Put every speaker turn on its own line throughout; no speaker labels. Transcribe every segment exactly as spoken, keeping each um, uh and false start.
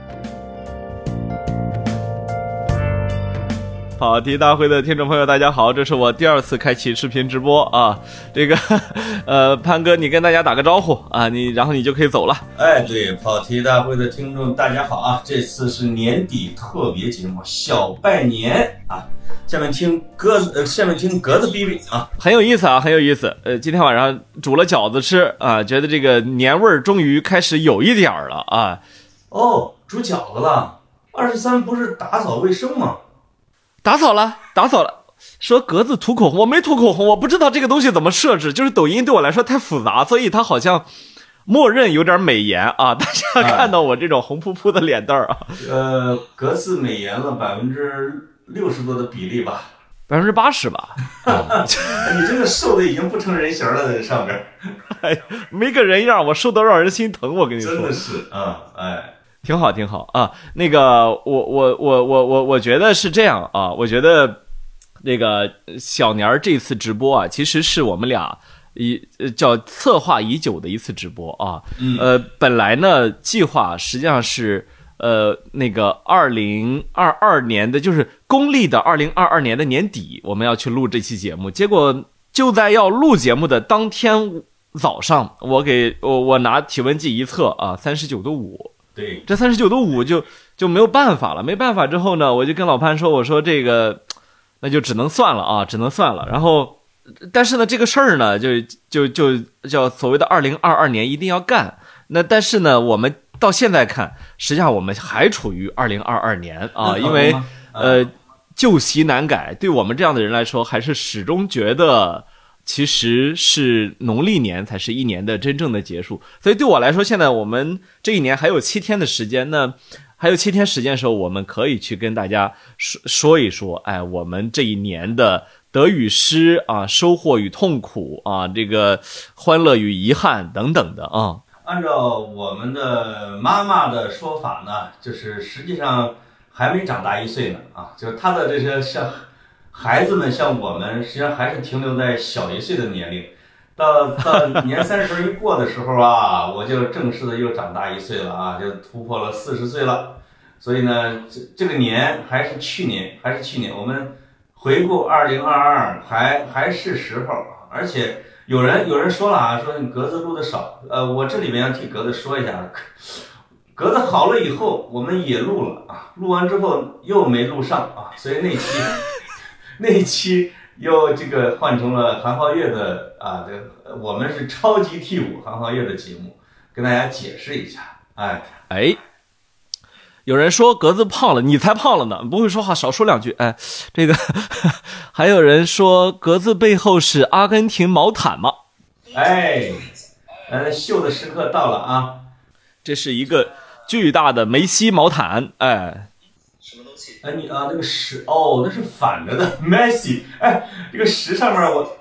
跑题大会的听众朋友大家好，这是我第二次开启视频直播啊，这个呃潘哥你跟大家打个招呼啊，你然后你就可以走了。
哎，对，跑题大会的听众大家好啊，这次是年底特别节目小拜年啊，下面听鸽子呃下面听格子哔哔啊，
很有意思啊，很有意思。呃今天晚上煮了饺子吃啊，觉得这个年味儿终于开始有一点了啊。
哦，煮饺子了，二十三不是打扫卫生吗？
打扫了，打扫了。说格子涂口红，我没涂口红，我不知道这个东西怎么设置，就是抖音对我来说太复杂，所以它好像默认有点美颜啊。大家看到我这种红扑扑的脸蛋啊，
呃，格子美颜了百分之六十多的比例吧，
百分之八十吧。
啊、你这个瘦的已经不成人形了，在上边，
哎，没个人样，我瘦到让人心疼。我跟你说，
真的是啊、嗯，哎。
挺好，挺好啊。那个，我我我我我我觉得是这样啊。我觉得那个小年儿这次直播啊，其实是我们俩一叫策划已久的一次直播啊。
嗯、
呃，本来呢，计划实际上是呃那个二零二二年的，就是公历的二零二二年的年底，我们要去录这期节目。结果就在要录节目的当天早上，我给我我拿体温计一测啊，三十九度五。
对，
这三十九度五就就没有办法了，没办法之后呢，我就跟老潘说，我说这个那就只能算了啊，只能算了。然后，但是呢，这个事儿呢，就就就叫所谓的二零二二年一定要干。那但是呢，我们到现在看，实际上我们还处于二零二二年啊，因为呃旧习难改，对我们这样的人来说，还是始终觉得。其实是农历年才是一年的真正的结束，所以对我来说，现在我们这一年还有七天的时间呢，还有七天时间的时候，我们可以去跟大家说说一说，哎，我们这一年的得与失啊，收获与痛苦啊，这个欢乐与遗憾等等的啊。
按照我们的妈妈的说法呢，就是实际上还没长大一岁呢啊，就是她的这些像。孩子们像我们，实际上还是停留在小一岁的年龄。到到年三十一过的时候啊，我就正式的又长大一岁了啊，就突破了四十岁了。所以呢，这这个年还是去年，还是去年，我们回顾二零二二还还是时候。而且有人有人说了啊，说你格子录的少，呃，我这里面要替格子说一下，格子好了以后，我们也录了啊，录完之后又没录上啊，所以那期。那一期又这个换成了韩浩月的啊，这我们是超级 T 五韩浩月的节目，跟大家解释一下。哎
哎，有人说格子胖了，你才胖了呢，不会说话少说两句。哎，这个还有人说格子背后是阿根廷毛毯吗？
哎，呃，秀的时刻到了啊！
这是一个巨大的梅西毛毯，哎。
哎，你啊，那个十哦，那是反着的 ，Messi。哎，这个十上面我，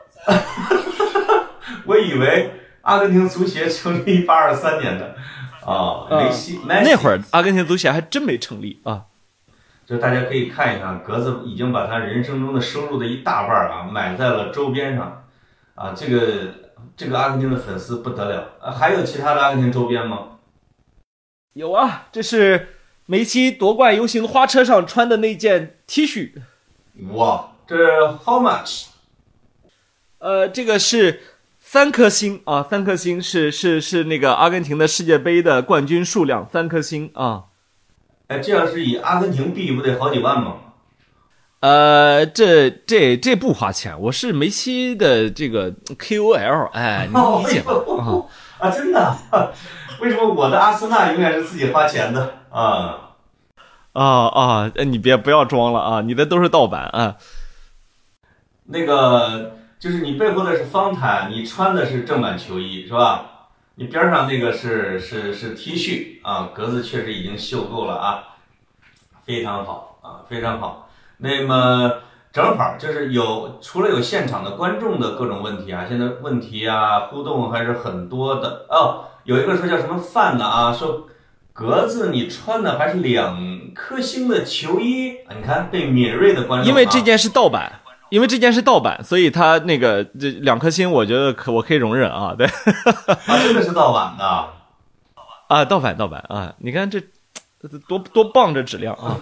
我以为阿根廷足协成立一八二三年的啊，梅西、呃、
那会儿阿根廷足协还真没成立啊。
就大家可以看一看，格子已经把他人生中的收入的一大半啊买在了周边上啊，这个这个阿根廷的粉丝不得了啊！还有其他的阿根廷周边吗？
有啊，这是。梅西夺冠游行花车上穿的那件 T 恤，
哇，这 how much？
呃，这个是三颗星啊，三颗星是是是那个阿根廷的世界杯的冠军数量，三颗星啊。
哎，这要是以阿根廷币，不得好几万吗？
呃，这这这不花钱，我是梅西的这个 K O L， 哎，你理解吗？
哦、啊，真的？为什么我的阿森纳永远是自己花钱的？啊
啊啊！你别不要装了啊！你的都是盗版啊。
那个就是你背后的是方毯，你穿的是正版球衣是吧？你边上那个是是是 T 恤啊，格子确实已经秀够了啊，非常好啊，非常好。那么正好就是有除了有现场的观众的各种问题啊，现在问题啊互动还是很多的哦。有一个说叫什么饭的啊，说。格子，你穿的还是两颗星的球衣啊？你看被敏锐的观众、啊，
因为这件是盗版，因为这件是盗版，所以他那个这两颗星，我觉得可我可以容忍啊。对，
啊，真的是盗版的
啊，盗版盗版啊！你看这多多棒这质量啊！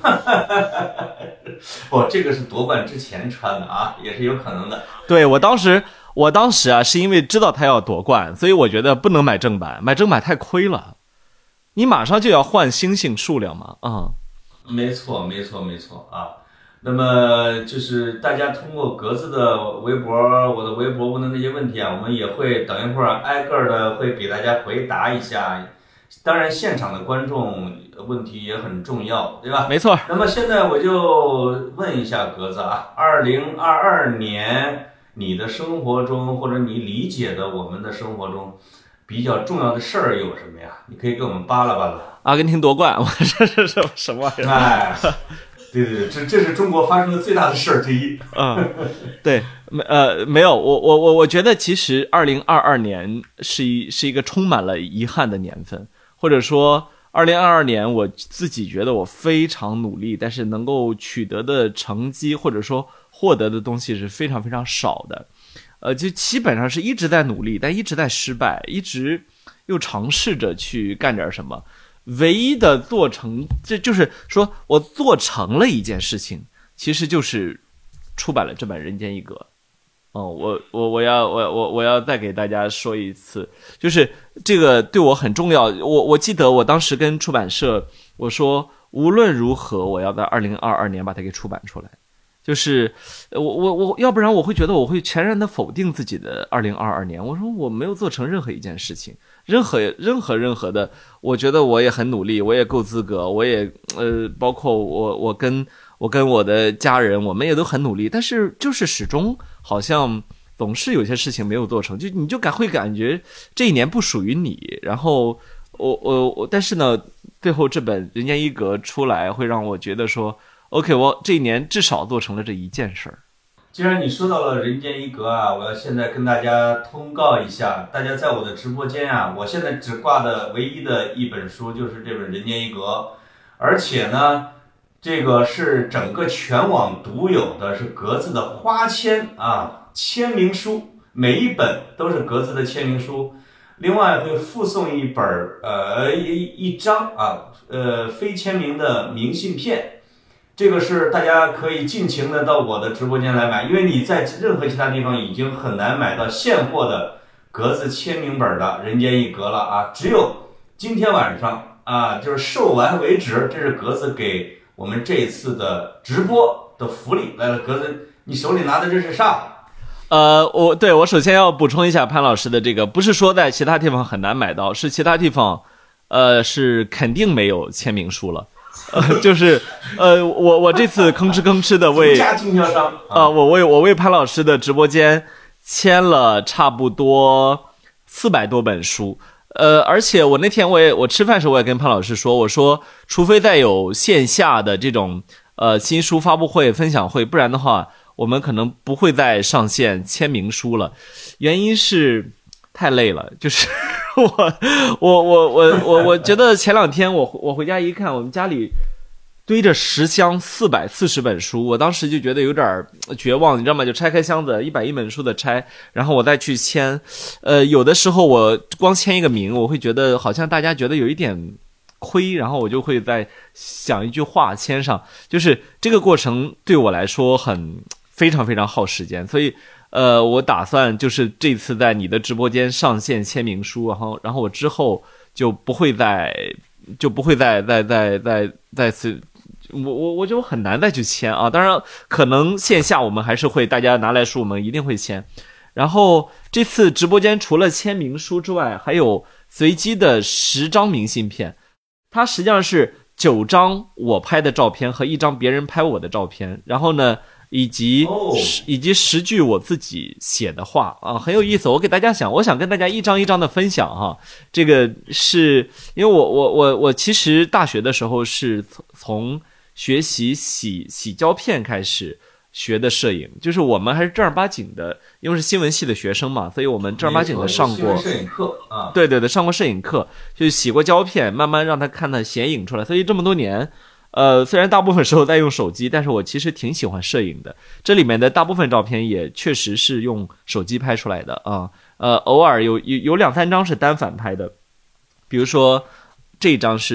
不，这个是夺冠之前穿的啊，也是有可能的。
对，我当时，我当时啊，是因为知道他要夺冠，所以我觉得不能买正版，买正版太亏了。你马上就要换星星数量嘛，啊、
嗯，没错，没错，没错啊。那么就是大家通过格子的微博，我的微博问的那些问题啊，我们也会等一会儿挨个的会给大家回答一下。当然，现场的观众问题也很重要，对吧？
没错。
那么现在我就问一下格子啊，二零二二年你的生活中，或者你理解的我们的生活中比较重要的事儿有什么呀？你可以给我们扒拉扒拉。
阿根廷夺冠，我这是什么什么玩意儿？
哎，对对对，这这是中国发生的最大的事儿之一。
嗯，对，没呃没有，我我我我觉得其实二零二二年是一是一个充满了遗憾的年份。或者说二零二二年我自己觉得我非常努力，但是能够取得的成绩或者说获得的东西是非常非常少的。呃，就基本上是一直在努力，但一直在失败，一直又尝试着去干点什么。唯一的做成，这就是说我做成了一件事情，其实就是出版了这本《人间一格》。哦，我我我要我我我要再给大家说一次，就是这个对我很重要。我我记得我当时跟出版社我说，无论如何我要在二零二二年把它给出版出来。就是我我我要不然我会觉得我会全然的否定自己的二零二二年。我说我没有做成任何一件事情，任何任何任何的，我觉得我也很努力，我也够资格，我也呃，包括我我跟我跟我的家人，我们也都很努力，但是就是始终好像总是有些事情没有做成，就你就感会感觉这一年不属于你。然后我我我，但是呢，最后这本《人间一格》出来，会让我觉得说 ，OK， 我这一年至少做成了这一件事儿。
既然你说到了人间一格啊，我要现在跟大家通告一下，大家在我的直播间啊，我现在只挂的唯一的一本书就是这本人间一格，而且呢，这个是整个全网独有的，是格子的花签啊签名书，每一本都是格子的签名书，另外会附送一本呃一一张啊呃非签名的明信片。这个是大家可以尽情的到我的直播间来买，因为你在任何其他地方已经很难买到现货的格子签名本的人间一格了啊！只有今天晚上啊，就是售完为止。这是格子给我们这次的直播的福利来了。格子，你手里拿的这是啥？
呃，我对我首先要补充一下潘老师的这个，不是说在其他地方很难买到，是其他地方，呃，是肯定没有签名书了。呃，就是呃，我我这次吭哧吭哧的为
家经销商
啊、呃，我为我为潘老师的直播间签了差不多四百多本书，呃，而且我那天我也我吃饭时候我也跟潘老师说，我说除非再有线下的这种呃新书发布会、分享会，不然的话，我们可能不会再上线签名书了。原因是太累了，就是我我我我我我觉得前两天我我回家一看，我们家里堆着十箱四百四十本书，我当时就觉得有点绝望，你知道吗？就拆开箱子，一百一本书的拆，然后我再去签。呃，有的时候我光签一个名，我会觉得好像大家觉得有一点亏，然后我就会再想一句话签上，就是这个过程对我来说很非常非常耗时间，所以。呃，我打算就是这次在你的直播间上线签名书，然后，然后我之后就不会再，就不会再再再再再次，我我我就很难再去签啊。当然，可能线下我们还是会大家拿来书，我们一定会签。然后这次直播间除了签名书之外，还有随机的十张明信片，它实际上是九张我拍的照片和一张别人拍我的照片，然后呢。以及、oh. 以及十句我自己写的话啊，很有意思。我给大家讲，我想跟大家一张一张的分享哈。这个是因为我我我我其实大学的时候是从学习洗洗胶片开始学的摄影，就是我们还是正儿八经的，因为是新闻系的学生嘛，所以我们正儿八经的上过
摄影课啊，
对对对，上过摄影课，就是洗过胶片，慢慢让它看它显影出来。所以这么多年。呃，虽然大部分时候在用手机，但是我其实挺喜欢摄影的。这里面的大部分照片也确实是用手机拍出来的啊。呃，偶尔有有有两三张是单反拍的，比如说这张是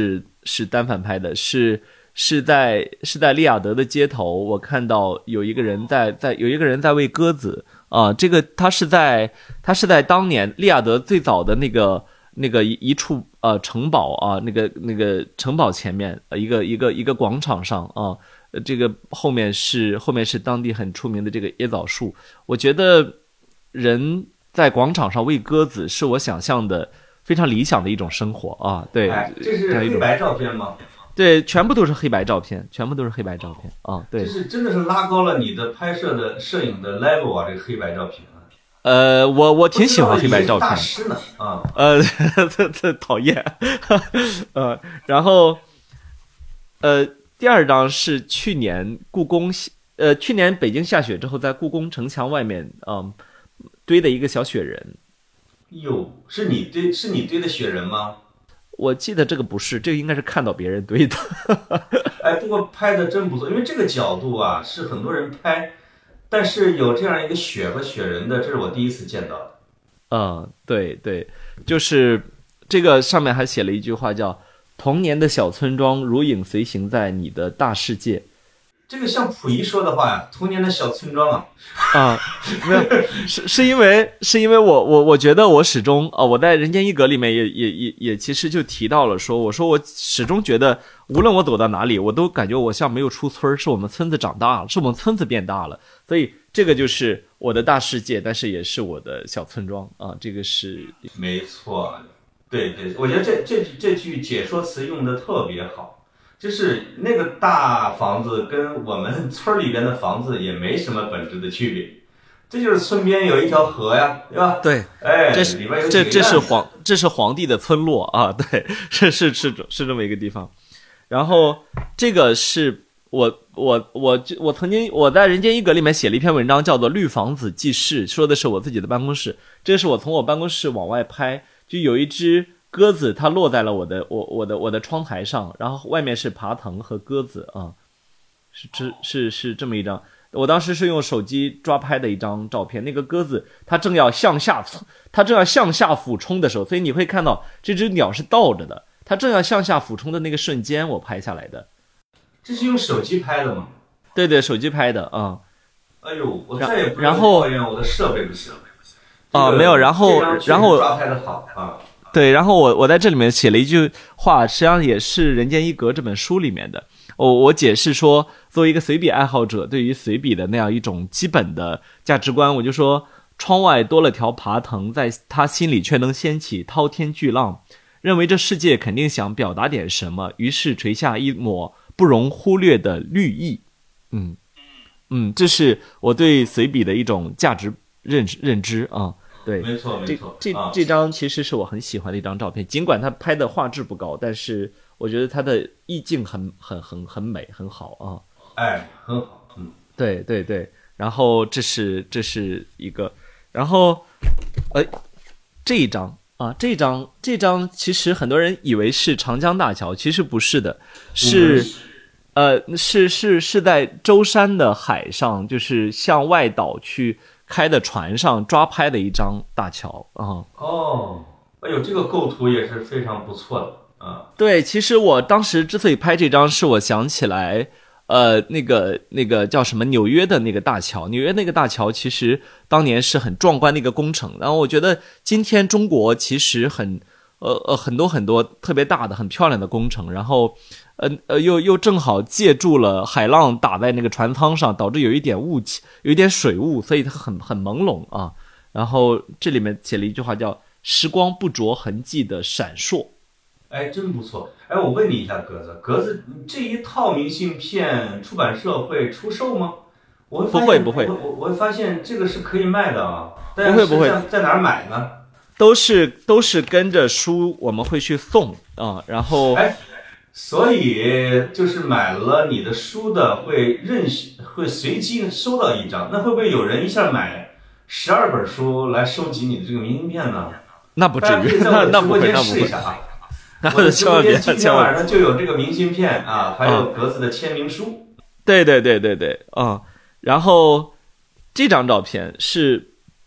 是单反拍的，是是在是在利雅得的街头，我看到有一个人在在有一个人在喂鸽子啊、呃，这个他是在他是在当年利雅得最早的那个那个一一处呃城堡啊，那个那个城堡前面呃一个一个一个广场上啊，呃这个后面是后面是当地很出名的这个椰枣树，我觉得人在广场上喂鸽子是我想象的非常理想的一种生活啊，对，
哎，这是黑白照片吗？
对，全部都是黑白照片，全部都是黑白照片啊！对，
这是真的是拉高了你的拍摄的摄影的 level 啊！这个黑白照片啊，
呃，我我挺喜欢黑白照片，
大师呢啊，
呃，这这讨厌，呃，然后，呃，第二张是去年故宫，呃，去年北京下雪之后，在故宫城墙外面，嗯、呃，堆的一个小雪人。
哟，是你堆是你堆的雪人吗？
我记得这个不是，这个应该是看到别人堆的。
哎，不过拍的真不错，因为这个角度啊是很多人拍，但是有这样一个雪和雪人的，这是我第一次见到的。
嗯，对对，就是这个上面还写了一句话叫“童年的小村庄如影随形在你的大世界”。
这个像溥仪说的话呀，童年的小村庄啊，
啊，没有，是是因为是因为我我我觉得我始终啊、呃，我在《人间一格》里面也也也也其实就提到了说，我说我始终觉得，无论我走到哪里，我都感觉我像没有出村，是我们村子长大了，是我们村子变大了，所以这个就是我的大世界，但是也是我的小村庄啊，这个是
没错，对对，我觉得这这这句解说词用的特别好。就是那个大房子跟我们村里边的房子也没什么本质的区别，这就是村边有一条河呀，对吧？
对，
哎，
这是
里边有
这这是皇这是皇帝的村落啊，对，是是是是这么一个地方。然后这个是我我我我曾经我在《人间一格》里面写了一篇文章，叫做《绿房子记事》，说的是我自己的办公室。这是我从我办公室往外拍，就有一只鸽子，它落在了我的我我的我的窗台上，然后外面是爬藤和鸽子啊，是是是是这么一张。我当时是用手机抓拍的一张照片，那个鸽子它正要向下，它正要向下俯冲的时候，所以你会看到这只鸟是倒着的，它正要向下俯冲的那个瞬间，我拍下来的。
这是用手机拍的吗？
对对，手机拍的啊、
嗯。哎呦，我再也不
然后
抱怨我的设备不行
啊、这个，没有，然后然后
抓拍的好啊。
对，然后我我在这里面写了一句话，实际上也是《人间一格》这本书里面的。我我解释说，作为一个随笔爱好者，对于随笔的那样一种基本的价值观，我就说，窗外多了条爬藤，在他心里却能掀起滔天巨浪，认为这世界肯定想表达点什么，于是垂下一抹不容忽略的绿意。嗯嗯，这是我对随笔的一种价值认认知啊。对，
没错没错，
这这、
啊、
这张其实是我很喜欢的一张照片，尽管它拍的画质不高，但是我觉得它的意境很很很很美，很好啊。
哎，很好，嗯，
对对对。然后这是这是一个，然后，哎，这一张啊，这张这张其实很多人以为是长江大桥，其实不是的，是。嗯呃，是是是在舟山的海上，就是向外岛去开的船上抓拍的一张大桥啊。
哦，哎呦，这个构图也是非常不错的啊。
对，其实我当时之所以拍这张，是我想起来，呃，那个那个叫什么纽约的那个大桥，纽约那个大桥其实当年是很壮观的一个工程。然后我觉得今天中国其实很呃呃很多很多特别大的、很漂亮的工程，然后。呃呃，又又正好借助了海浪打在那个船舱上，导致有一点雾气，有一点水雾，所以它很很朦胧啊。然后这里面写了一句话叫“时光不着痕迹的闪烁”。
哎，真不错。哎，我问你一下，格子，格子，这一套明信片出版社会出售吗？我会
不会不会，
我我我会发现这个是可以卖的啊。但
不会不会，
在哪儿买呢？
都是都是跟着书，我们会去送啊。然后
哎。所以就是买了你的书的会认会随机收到一张，那会不会有人一下买十二本书来收集你的这个明信片呢？
那不至于，那那不会，那不会。
我的直播间今天晚上就有这个明信片啊，还有格子的签名书。
对对对对对，嗯。然后这张照片是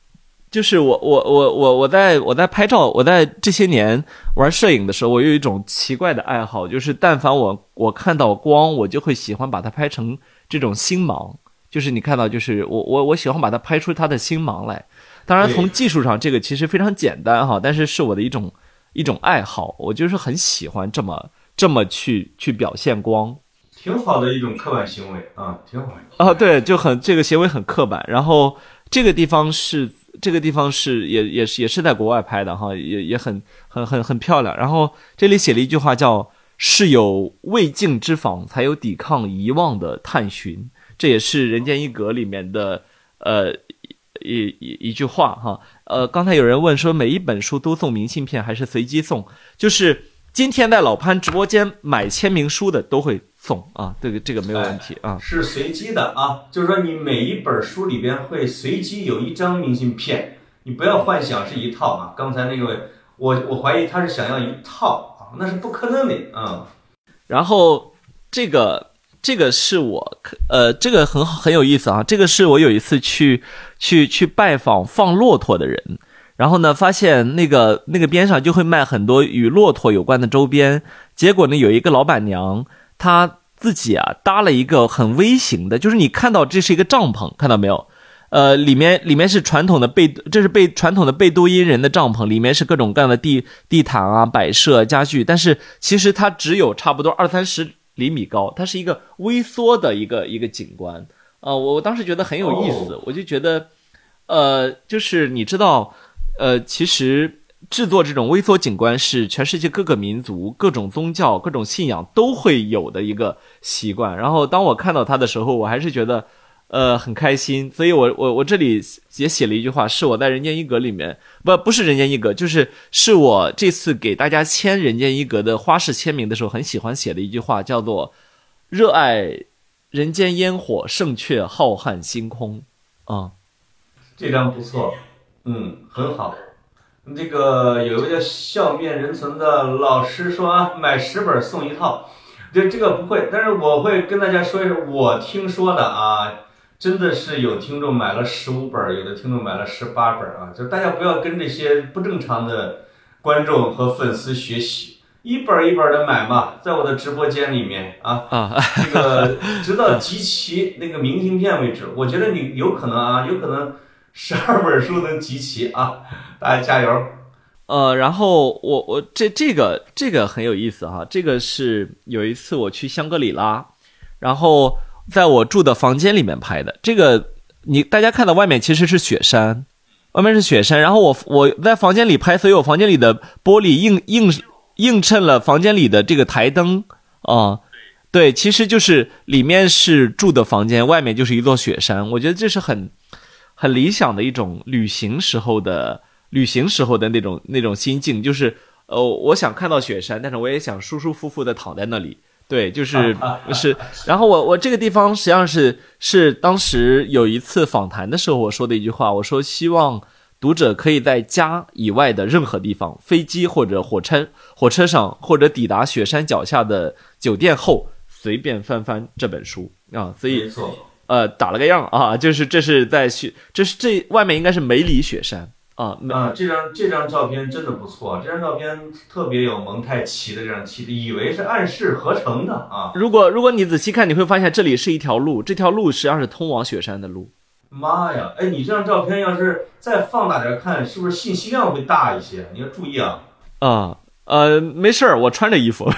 就是我我我我我在我在拍照，我在这些年玩摄影的时候，我有一种奇怪的爱好，就是但凡我我看到光，我就会喜欢把它拍成这种星芒。就是你看到，就是我我我喜欢把它拍出它的星芒来。当然，从技术上这个其实非常简单哈，但是是我的一种一种爱好，我就是很喜欢这么这么去去表现光。
挺好的一种刻板行为啊，挺好
啊，对，就很这个行为很刻板。然后这个地方是这个地方是也也是也是在国外拍的哈，也也很很很很漂亮。然后这里写了一句话叫"是有未竟之访，才有抵抗遗忘的探寻"，这也是《人间一格》里面的呃一一一句话哈。呃，刚才有人问说每一本书都送明信片还是随机送，就是今天在老潘直播间买签名书的都会送啊，这个这个没有问题啊，
是随机的啊，就是说你每一本书里边会随机有一张明信片，你不要幻想是一套啊。刚才那个我我怀疑他是想要一套啊，那是不可能的啊、嗯。
然后这个这个是我呃这个很很有意思啊，这个是我有一次去去去拜访放骆驼的人。然后呢，发现那个那个边上就会卖很多与骆驼有关的周边。结果呢，有一个老板娘，她自己啊搭了一个很微型的，就是你看到这是一个帐篷，看到没有？呃，里面里面是传统的贝，这是贝传统的贝都因人的帐篷，里面是各种各样的地地毯啊、摆设、家具，但是其实它只有差不多二三十厘米高，它是一个微缩的一个一个景观啊、呃。我当时觉得很有意思，我就觉得，呃，就是你知道。呃，其实制作这种微缩景观是全世界各个民族、各种宗教、各种信仰都会有的一个习惯。然后当我看到它的时候，我还是觉得，呃，很开心。所以我我我这里也写了一句话，是我在《人间一格》里面，不不是《人间一格》，就是是我这次给大家签《人间一格》的花式签名的时候，很喜欢写的一句话，叫做"热爱人间烟火，胜却浩瀚星空"啊、嗯，
这张不错。嗯，很好。这个有一个叫笑面人存的老师说啊，买十本送一套。这这个不会，但是我会跟大家说一说，我听说的啊，真的是有听众买了十五本，有的听众买了十八本啊。就大家不要跟这些不正常的观众和粉丝学习，一本一本的买嘛，在我的直播间里面啊啊，这个直到集齐那个明信片为止。我觉得你有可能啊，有可能。十二本书能集齐啊！大家加油。
呃，然后我我这这个这个很有意思哈，这个是有一次我去香格里拉，然后在我住的房间里面拍的。这个你大家看到外面其实是雪山，外面是雪山，然后我我在房间里拍，所以我房间里的玻璃映映映衬了房间里的这个台灯啊、呃。对，其实就是里面是住的房间，外面就是一座雪山。我觉得这是很。很理想的一种旅行时候的旅行时候的那种那种心境，就是呃，我想看到雪山，但是我也想舒舒服服的躺在那里。对，就是是。然后我我这个地方实际上是是当时有一次访谈的时候我说的一句话，我说希望读者可以在家以外的任何地方，飞机或者火车火车上，或者抵达雪山脚下的酒店后，随便翻翻这本书啊。所以。
没错。
呃，打了个样啊，就是这是在雪，这是这外面应该是梅里雪山啊。
啊，这张这张照片真的不错，这张照片特别有蒙太奇的这样气质，以为是暗示合成的啊。
如果如果你仔细看，你会发现这里是一条路，这条路实际上是通往雪山的路。
妈呀，哎，你这张照片要是再放大点看，是不是信息量会大一些？你要注意啊。
啊，呃，没事儿，我穿着衣服。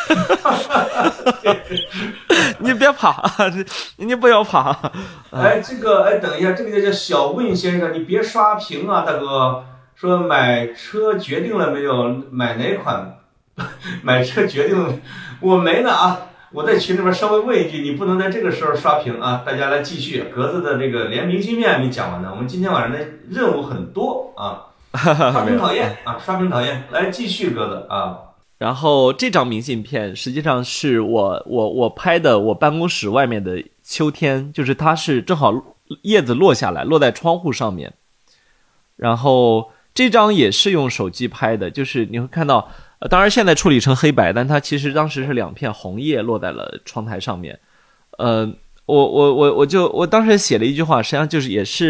你别怕，你不要怕。
哎，这个，哎，等一下，这个叫小问先生，你别刷屏啊，大哥。说买车决定了没有？买哪款？买车决定了？我没呢啊！我在群里边稍微问一句，你不能在这个时候刷屏啊！大家来继续，格子的这个连明信片还没讲完呢。我们今天晚上的任务很多啊，刷屏讨厌啊，刷屏讨厌，来继续，格子啊。
然后这张明信片实际上是我我我拍的我办公室外面的秋天，就是它是正好叶子落下来落在窗户上面。然后这张也是用手机拍的，就是你会看到呃，当然现在处理成黑白，但它其实当时是两片红叶落在了窗台上面。呃我我我我就我当时写了一句话，实际上就是也是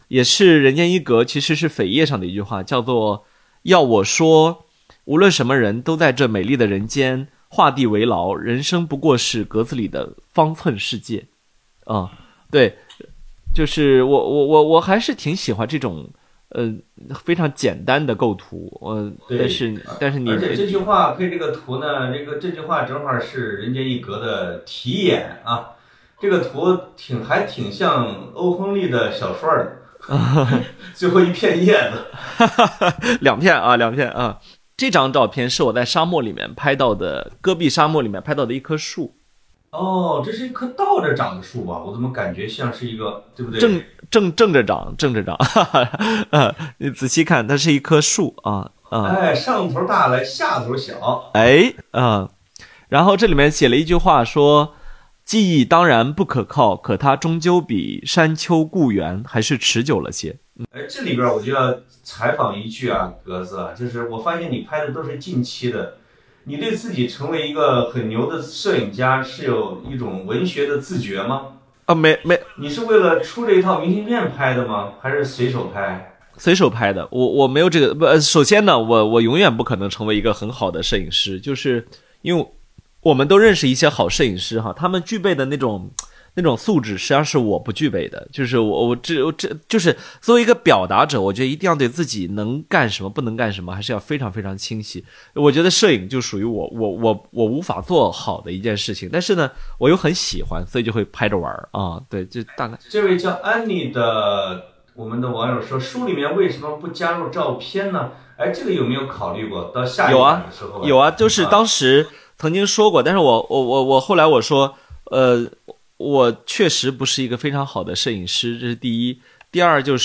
也是人间一格，其实是扉页上的一句话，叫做要我说无论什么人都在这美丽的人间画地为牢，人生不过是格子里的方寸世界啊、嗯，对，就是我我我我还是挺喜欢这种呃非常简单的构图，呃，但是但是你
而且这句话配这个图呢，这个这句话正好是人间一格的题眼啊，这个图挺还挺像欧亨利的小说的，最后一片叶子，
两片啊两片啊。这张照片是我在沙漠里面拍到的，戈壁沙漠里面拍到的一棵树。
哦，这是一棵倒着长的树吧？我怎么感觉像是一个，对不对？
正正正着长，正着长。呃，你仔细看，它是一棵树啊啊！
哎，上头大来下头小。
哎啊，然后这里面写了一句话说：“记忆当然不可靠，可它终究比山丘故园还是持久了些。”
哎，这里边我就要采访一句啊，格子啊，就是我发现你拍的都是近期的，你对自己成为一个很牛的摄影家是有一种文学的自觉吗？
啊，没没，
你是为了出这一套明信片拍的吗？还是随手拍？
随手拍的。我我没有这个不，首先呢，我我永远不可能成为一个很好的摄影师，就是因为我们都认识一些好摄影师哈，他们具备的那种。那种素质实际上是我不具备的，就是我我这我这就是作为一个表达者，我觉得一定要对自己能干什么不能干什么还是要非常非常清晰。我觉得摄影就属于我我我我无法做好的一件事情，但是呢我又很喜欢，所以就会拍着玩啊。对，就大概。
这位叫安妮的我们的网友说，书里面为什么不加入照片呢？哎，这个有没有考虑过？到下一版的时候、啊、
有啊有啊，就是当时曾经说过，但是我我我我后来我说呃。我确实不是一个非常好的摄影师，这是第一。第二就是，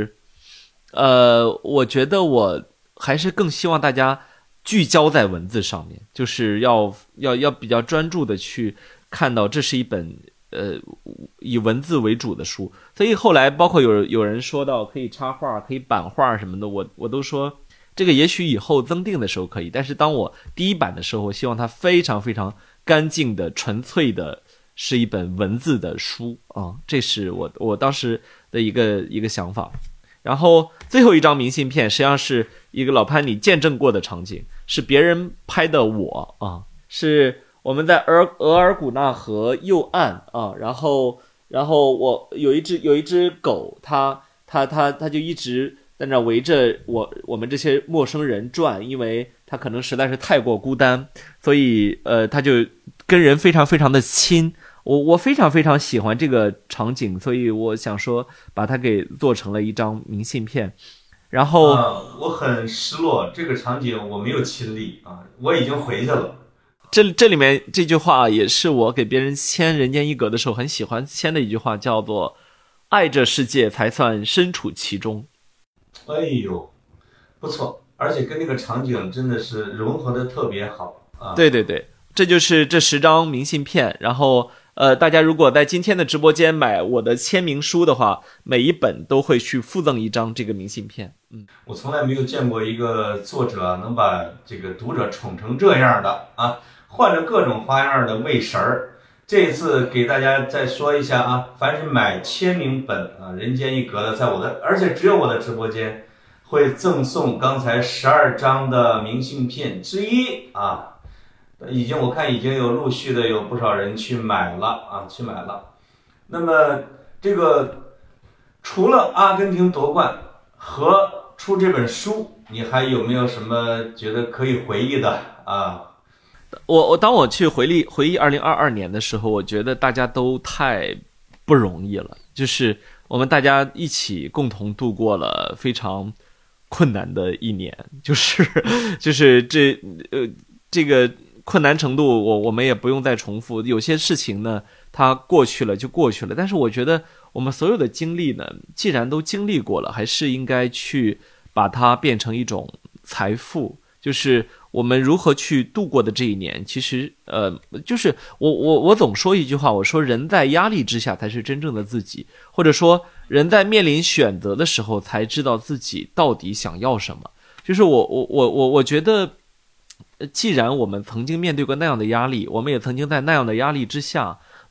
呃，我觉得我还是更希望大家聚焦在文字上面，就是要要要比较专注的去看到这是一本呃以文字为主的书。所以后来包括有有人说到可以插画、可以版画什么的，我我都说这个也许以后增订的时候可以，但是当我第一版的时候，我希望它非常非常干净的、纯粹的。是一本文字的书啊，这是我我当时的一个一个想法。然后最后一张明信片实际上是一个老潘你见证过的场景，是别人拍的我啊，是我们在额额尔古纳河右岸啊，然后然后我有一只有一只狗，它它它它就一直在那围着我我们这些陌生人转，因为它可能实在是太过孤单，所以呃它就跟人非常非常的亲。我我非常非常喜欢这个场景，所以我想说把它给做成了一张明信片。然后、
啊、我很失落，这个场景我没有亲历啊，我已经回去了。
这这里面这句话也是我给别人签人间一格的时候很喜欢签的一句话，叫做爱这世界才算身处其中。
哎呦，不错，而且跟那个场景真的是融合的特别好啊。
对对对，这就是这十张明信片。然后呃，大家如果在今天的直播间买我的签名书的话，每一本都会去附赠一张这个明信片。嗯，
我从来没有见过一个作者能把这个读者宠成这样的啊，换着各种花样的喂食儿。这次给大家再说一下啊，凡是买签名本啊，人间一格的，在我的，而且只有我的直播间会赠送刚才十二张的明信片之一啊。已经我看已经有陆续的有不少人去买了啊，去买了。那么这个除了阿根廷夺冠和出这本书，你还有没有什么觉得可以回忆的啊？
我我当我去回忆回忆二零二二年的时候，我觉得大家都太不容易了，就是我们大家一起共同度过了非常困难的一年，就是就是这呃这个。困难程度我我们也不用再重复，有些事情呢它过去了就过去了，但是我觉得我们所有的经历呢，既然都经历过了，还是应该去把它变成一种财富，就是我们如何去度过的这一年。其实呃就是我我我总说一句话，我说人在压力之下才是真正的自己，或者说人在面临选择的时候才知道自己到底想要什么。就是我我我我我觉得既然我们曾经面对过那样的压力，我们也曾经在那样的压力之下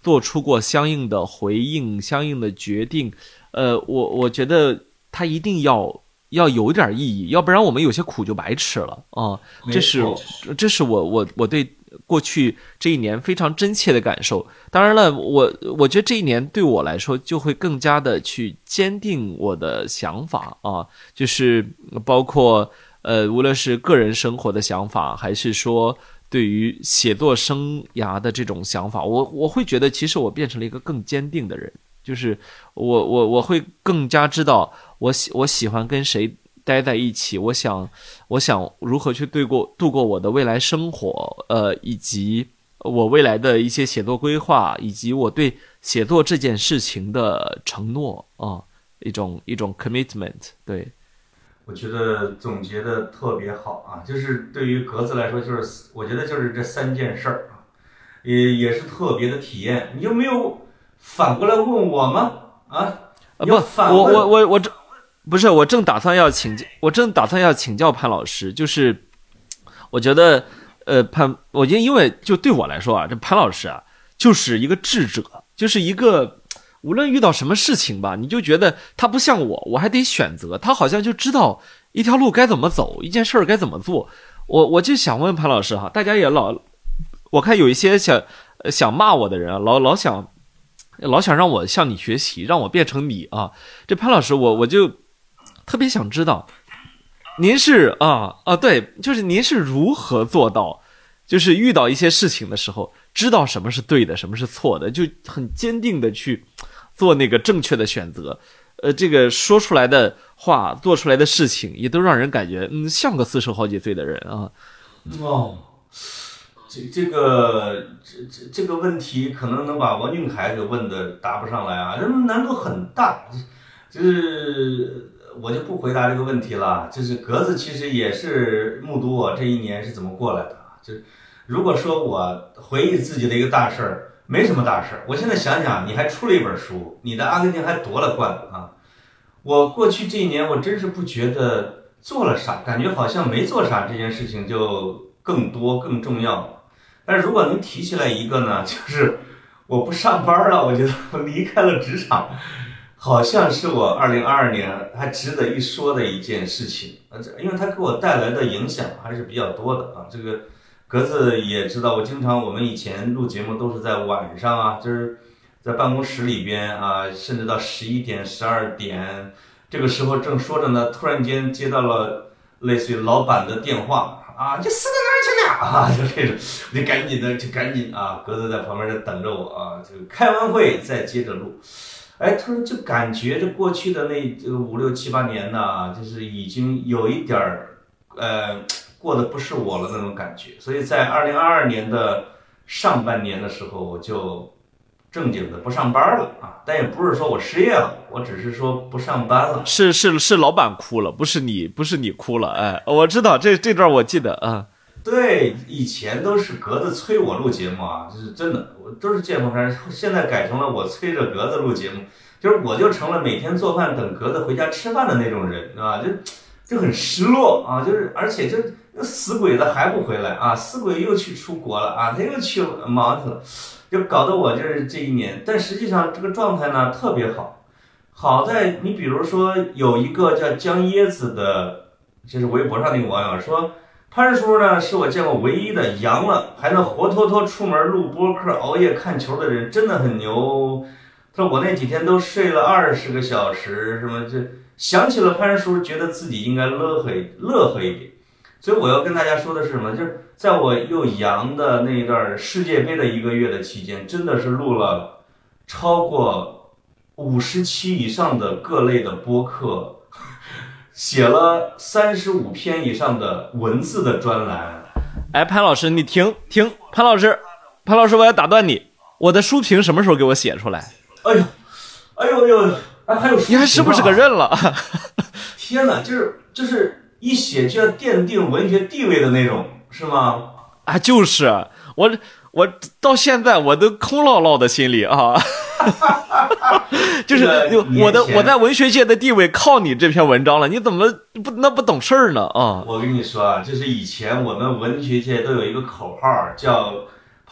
做出过相应的回应、相应的决定，呃，我我觉得他一定要要有点意义，要不然我们有些苦就白吃了啊。这是这是我我我对过去这一年非常真切的感受。当然了，我我觉得这一年对我来说就会更加的去坚定我的想法啊，就是包括呃，无论是个人生活的想法，还是说对于写作生涯的这种想法，我我会觉得其实我变成了一个更坚定的人，就是我我我会更加知道我喜我喜欢跟谁待在一起，我想我想如何去对过度过我的未来生活，呃，以及我未来的一些写作规划，以及我对写作这件事情的承诺啊，一种一种 commitment， 对。
我觉得总结的特别好啊，就是对于格子来说，就是我觉得就是这三件事儿啊，也也是特别的体验。你有没有反过来问我吗？啊？
不，我我我我这不是我正打算要请我正打算要请教潘老师，就是我觉得呃潘，我觉得因为就对我来说啊，这潘老师啊就是一个智者，就是一个。无论遇到什么事情吧，你就觉得他不像我，我还得选择，他好像就知道一条路该怎么走，一件事儿该怎么做。我我就想问潘老师哈，大家也老，我看有一些想想骂我的人啊，老老想老想让我向你学习，让我变成你啊。这潘老师，我我就特别想知道，您是啊啊对，就是您是如何做到，就是遇到一些事情的时候，知道什么是对的，什么是错的，就很坚定的去做那个正确的选择，呃，这个说出来的话，做出来的事情，也都让人感觉，嗯，像个四十好几岁的人啊。
哦，这这个这这这个问题可能能把王俊凯给问的答不上来啊，这难度很大。就是我就不回答这个问题了。就是格子其实也是目睹我这一年是怎么过来的。就如果说我回忆自己的一个大事儿。没什么大事，我现在想想，你还出了一本书，你的阿根廷还夺了冠啊！我过去这一年，我真是不觉得做了啥，感觉好像没做啥，这件事情就更多更重要了。但是如果能提起来一个呢，就是我不上班了，我觉得我离开了职场，好像是我二零二二年还值得一说的一件事情，因为它给我带来的影响还是比较多的啊，这个。格子也知道，我经常我们以前录节目都是在晚上啊，就是在办公室里边啊，甚至到十一点、十二点，这个时候正说着呢，突然间接到了类似于老板的电话啊，你死到哪儿去了啊？就这种，你赶紧的，就赶紧啊！格子在旁边就等着我啊，就开完会再接着录。哎，突然就感觉这过去的那这个五六七八年呢，就是已经有一点儿呃。过的不是我了那种感觉，所以在二零二二年的上半年的时候，我就正经的不上班了啊，但也不是说我失业了，我只是说不上班了。
是是是，老板哭了，不是你，不是你哭了，哎，我知道这这段我记得啊。
对，以前都是格子催我录节目啊，就是真的，我都是见缝插针，现在改成了我催着格子录节目，就是我就成了每天做饭等格子回家吃饭的那种人啊，就就很失落啊，就是而且就。那死鬼子还不回来啊！死鬼又去出国了啊！他又去忙去了，就搞得我就是这一年。但实际上这个状态呢特别好，好在你比如说有一个叫江椰子的，就是微博上那个网友说，潘叔呢是我见过唯一的阳了还能活脱脱出门录播客、熬夜看球的人，真的很牛。他说我那几天都睡了二十个小时，什么就想起了潘叔，觉得自己应该乐呵乐呵一点。所以我要跟大家说的是什么？就是在我又阳的那一段世界杯的一个月的期间，真的是录了超过五十期以上的各类的播客，写了三十五篇以上的文字的专栏。
哎，潘老师，你停停，潘老师，潘老师，我要打断你，我的书评什么时候给我写出来？
哎呦，哎呦呦，哎，还有书评啊，
你还是不是个人了？
天哪，就是就是。一写就要奠定文学地位的那种，是吗？
啊，就是我，我到现在我都空落落的心里啊，就是我的我在文学界的地位靠你这篇文章了，你怎么不那不懂事儿呢啊？
我跟你说啊，就是以前我们文学界都有一个口号叫“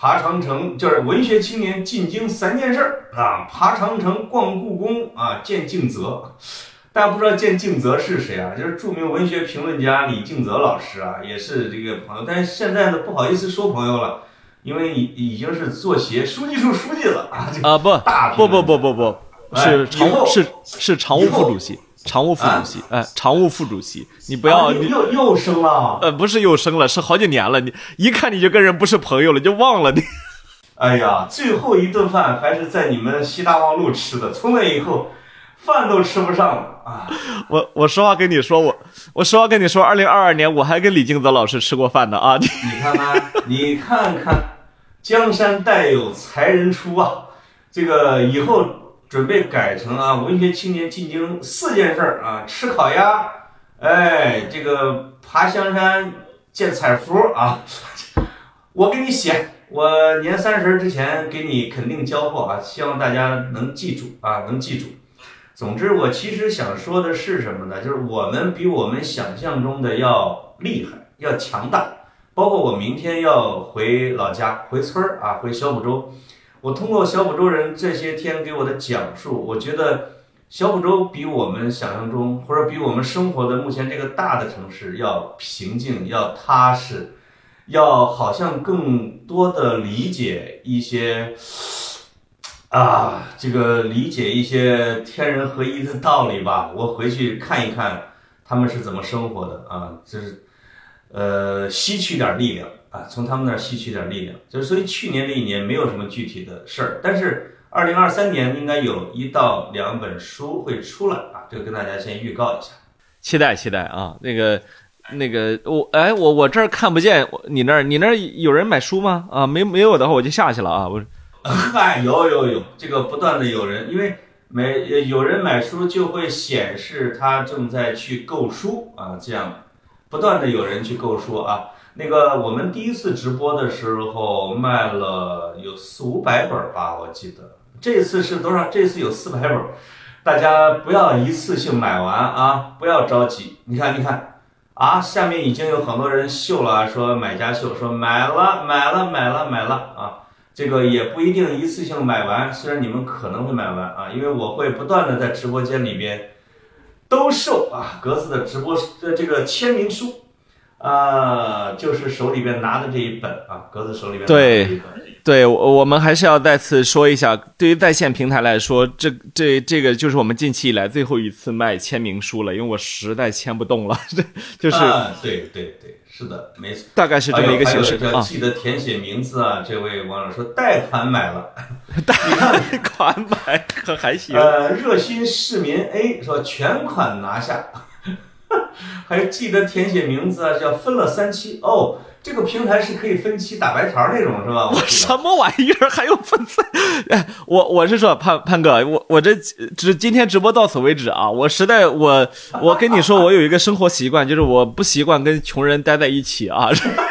爬长城，就是文学青年进京三件事啊，爬长城、逛故宫啊，见敬泽。大家不知道见敬泽是谁啊？就是著名文学评论家李敬泽老师啊，也是这个朋友，但是现在呢不好意思说朋友了，因为已已经是作协书记处书记了啊。
啊不不不不不不，是常务是是常务副主席。常务副主席，哎、呃，常务副主席，你不要，
啊、你又又升了，
呃，不是又升了，是好几年了，你一看你就跟人不是朋友了，就忘了你。
哎呀，最后一顿饭还是在你们西大望路吃的，从那以后，饭都吃不上了啊！
我我实话跟你说，我我实话跟你说，二零二二年我还跟李敬泽老师吃过饭呢啊！
你看看，你看看，江山代有才人出啊！这个以后。准备改成啊，文学青年进京四件事啊，吃烤鸭，哎，这个爬香山见彩幅啊，我给你写，我年三十之前给你肯定交货啊，希望大家能记住啊，能记住。总之，我其实想说的是什么呢？就是我们比我们想象中的要厉害，要强大。包括我明天要回老家，回村儿啊，回小浦州。我通过小浦州人这些天给我的讲述，我觉得小浦州比我们想象中，或者比我们生活的目前这个大的城市要平静，要踏实，要好像更多的理解一些啊，这个理解一些天人合一的道理吧。我回去看一看他们是怎么生活的啊，就是呃吸取点力量。啊，从他们那儿吸取点力量，就是所以去年这一年没有什么具体的事儿，但是二零二三年应该有一到两本书会出来啊，这个跟大家先预告一下，
期待期待啊，那个那个我哎我我这儿看不见，你那儿你那儿有人买书吗？啊，没没有的话我就下去了啊，我
嗨，有有有，这个不断的有人，因为每有人买书就会显示他正在去购书啊，这样不断的有人去购书啊。那个我们第一次直播的时候卖了有四五百本吧，我记得。这次是多少？这次有四百本，大家不要一次性买完啊，不要着急。你看，你看啊，下面已经有很多人秀了，说买家秀，说买了，买了，买了，买了啊。这个也不一定一次性买完，虽然你们可能会买完啊，因为我会不断的在直播间里边兜售啊，格子的直播的这个签名书。啊、呃，就是手里边拿的这一本啊，格子手里边拿的这一本。
对，对，我们还是要再次说一下，对于在线平台来说，这这这个就是我们近期以来最后一次卖签名书了，因为我实在签不动了，就是。
啊，对对对，是的，没错，
大概是这么一个形式
啊。记得填写名字啊，这位网友说贷款买了，贷
款买可还行。
呃，热心市民 A 说全款拿下。还记得填写名字啊，叫分了三期哦。这个平台是可以分期打白条那种是吧？
我什么玩意儿还有分三？哎，我我是说潘潘哥，我我这只今天直播到此为止啊！我实在我我跟你说，我有一个生活习惯，就是我不习惯跟穷人待在一起啊。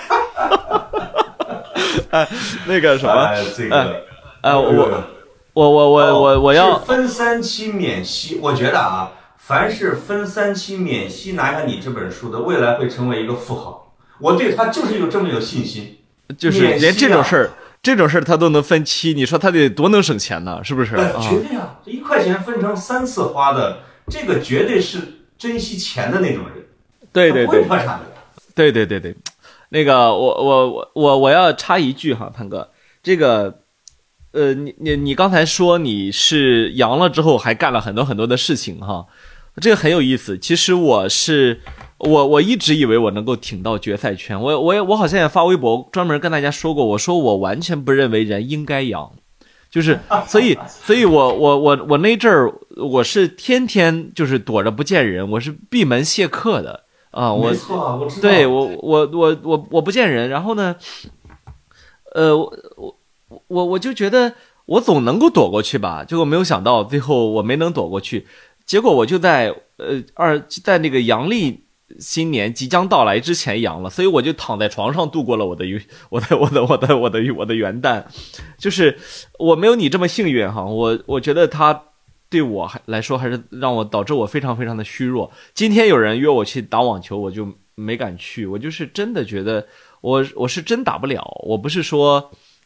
哎，那个什么，
哎，这个，
哎，哎我我我我我我要
分三期免息，我觉得啊。凡是分三期免息拿下你这本书的，未来会成为一个富豪。我对他就是有这么有信心，
就是连这种事儿、啊，这种事儿他都能分期，你说他得多能省钱呢？是不是？
呃、绝对啊！这一块钱分成三次花的，这个绝对是珍惜钱的那种人。
对对对，
不会破产的。
对对对对，那个我我我我我要插一句哈，潘哥，这个。呃，你你你刚才说你是阳了之后还干了很多很多的事情哈，这个很有意思。其实我是我我一直以为我能够挺到决赛圈，我我也我好像也发微博专门跟大家说过，我说我完全不认为人应该阳，就是所以所以我我我我那阵儿我是天天就是躲着不见人，我是闭门谢客的啊，我
没错，我知道，
对我我我我我不见人，然后呢，呃我我。我我就觉得我总能够躲过去吧，结果没有想到最后我没能躲过去，结果我就在呃二在那个阳历新年即将到来之前阳了，所以我就躺在床上度过了我的我的我的我的我的我的元旦，就是我没有你这么幸运哈，我我觉得他对我来说还是让我导致我非常非常的虚弱。今天有人约我去打网球，我就没敢去，我就是真的觉得我我是真打不了，我不是说。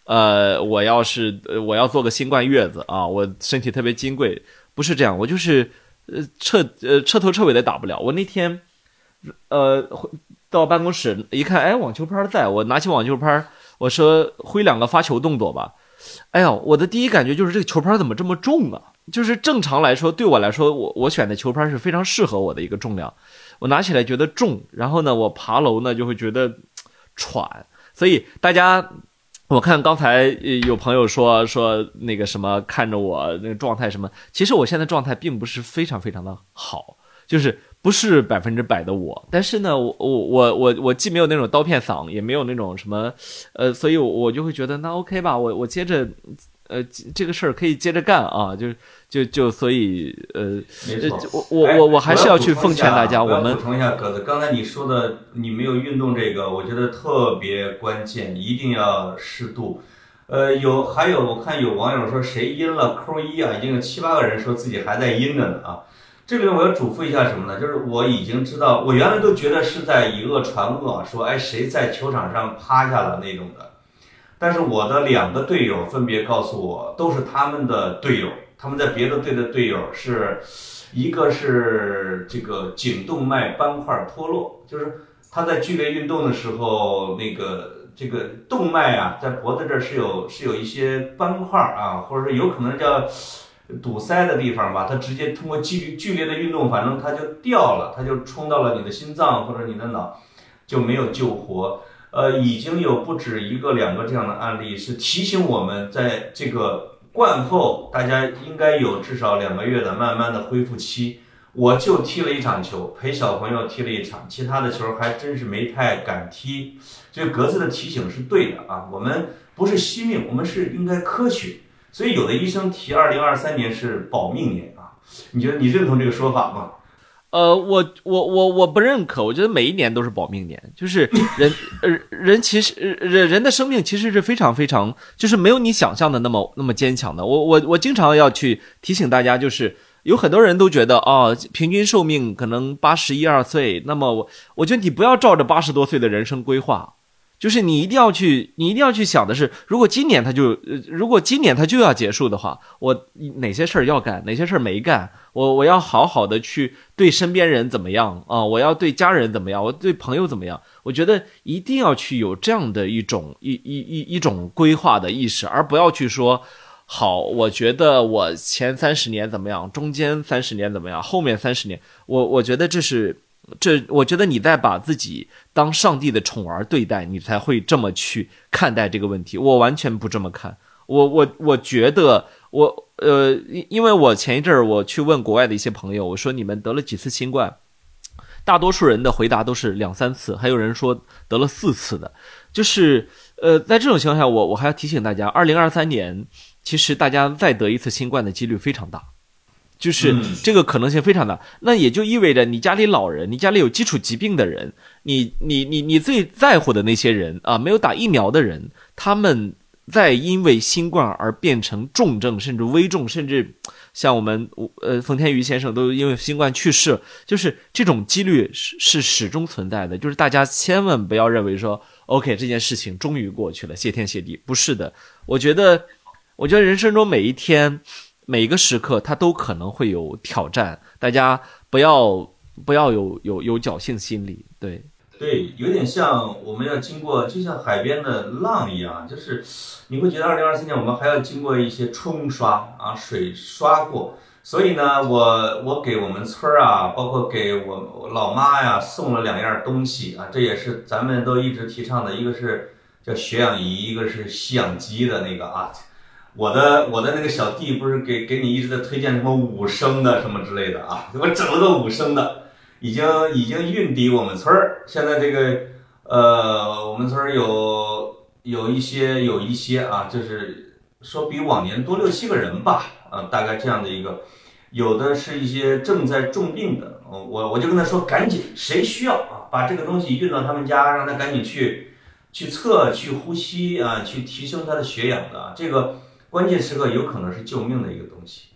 呃，我要是呃我要做个新冠月子啊，我身体特别金贵，不是这样，我就是呃彻呃彻头彻尾的打不了。我那天呃到办公室一看，哎，网球拍在，我拿起网球拍，我说挥两个发球动作吧。哎呀，我的第一感觉就是这个球拍怎么这么重啊？就是正常来说，对我来说，我我选的球拍是非常适合我的一个重量，我拿起来觉得重，然后呢，我爬楼呢就会觉得喘，所以大家。我看刚才有朋友说说那个什么看着我那个状态什么，其实我现在状态并不是非常非常的好，就是不是百分之百的我，但是呢，我我我我我既没有那种刀片嗓，也没有那种什么，呃，所以我我就会觉得那 OK 吧，我我接着，呃，这个事儿可以接着干啊，就就就所以呃，
没错，
我我我我还是要去奉劝大家，我们
补充一下鸽子，刚才你说的你没有运动这个，我觉得特别关键，一定要适度。呃，有还有我看有网友说谁阴了 Q 一啊，已经有七八个人说自己还在阴着呢啊。这里面我要嘱咐一下什么呢？就是我已经知道，我原来都觉得是在以恶传恶，说哎谁在球场上趴下了那种的。但是我的两个队友分别告诉我，都是他们的队友，他们在别的队的队友是，一个是这个颈动脉斑块脱落，就是他在剧烈运动的时候，那个这个动脉啊，在脖子这儿是有是有一些斑块啊，或者是有可能叫堵塞的地方吧，它直接通过剧剧烈的运动，反正它就掉了，它就冲到了你的心脏或者你的脑，就没有救活。呃，已经有不止一个、两个这样的案例，是提醒我们在这个冠后，大家应该有至少两个月的慢慢的恢复期。我就踢了一场球，陪小朋友踢了一场，其他的球还真是没太敢踢。这个格子的提醒是对的啊，我们不是惜命，我们是应该科学。所以有的医生提二零二三年是保命年啊，你觉得你认同这个说法吗？
呃，我我我我不认可，我觉得每一年都是保命年，就是人呃人其实人人的生命其实是非常非常，就是没有你想象的那么那么坚强的。我我我经常要去提醒大家，就是有很多人都觉得哦，平均寿命可能八十一二岁，那么我我觉得你不要照着八十多岁的人生规划。就是你一定要去，你一定要去想的是，如果今年他就，呃，如果今年他就要结束的话，我哪些事儿要干，哪些事儿没干，我我要好好的去对身边人怎么样啊，我要对家人怎么样，我对朋友怎么样，我觉得一定要去有这样的一种一一一一种规划的意识，而不要去说，好，我觉得我前三十年怎么样，中间三十年怎么样，后面三十年，我我觉得这是。这，我觉得你在把自己当上帝的宠儿对待，你才会这么去看待这个问题。我完全不这么看，我我我觉得我呃，因为我前一阵儿我去问国外的一些朋友，我说你们得了几次新冠？大多数人的回答都是两三次，还有人说得了四次的。就是呃，在这种情况下，我我还要提醒大家，二零二三年其实大家再得一次新冠的几率非常大。就是这个可能性非常大，那也就意味着你家里老人，你家里有基础疾病的人，你你你你最在乎的那些人啊，没有打疫苗的人，他们在因为新冠而变成重症，甚至危重，甚至像我们呃冯天瑜先生都因为新冠去世，就是这种几率是是始终存在的。就是大家千万不要认为说 OK 这件事情终于过去了，谢天谢地，不是的。我觉得我觉得人生中每一天每一个时刻它都可能会有挑战，大家不要不要有有有侥幸心理。对
对，有点像我们要经过，就像海边的浪一样，就是你会觉得二零二四年我们还要经过一些冲刷啊，水刷过。所以呢，我我给我们村啊，包括给我老妈呀送了两样东西啊，这也是咱们都一直提倡的，一个是叫血氧仪，一个是吸氧机的那个啊。我的我的那个小弟不是给给你一直在推荐什么五升的什么之类的啊，我整了个五升的，已经已经运抵我们村儿。现在这个呃，我们村儿有有一些有一些啊，就是说比往年多六七个人吧，啊，大概这样的一个，有的是一些正在重病的，我我就跟他说赶紧，谁需要啊，把这个东西运到他们家，让他赶紧去去测去呼吸啊，去提升他的血氧的啊，这个。关键时刻有可能是救命的一个东西。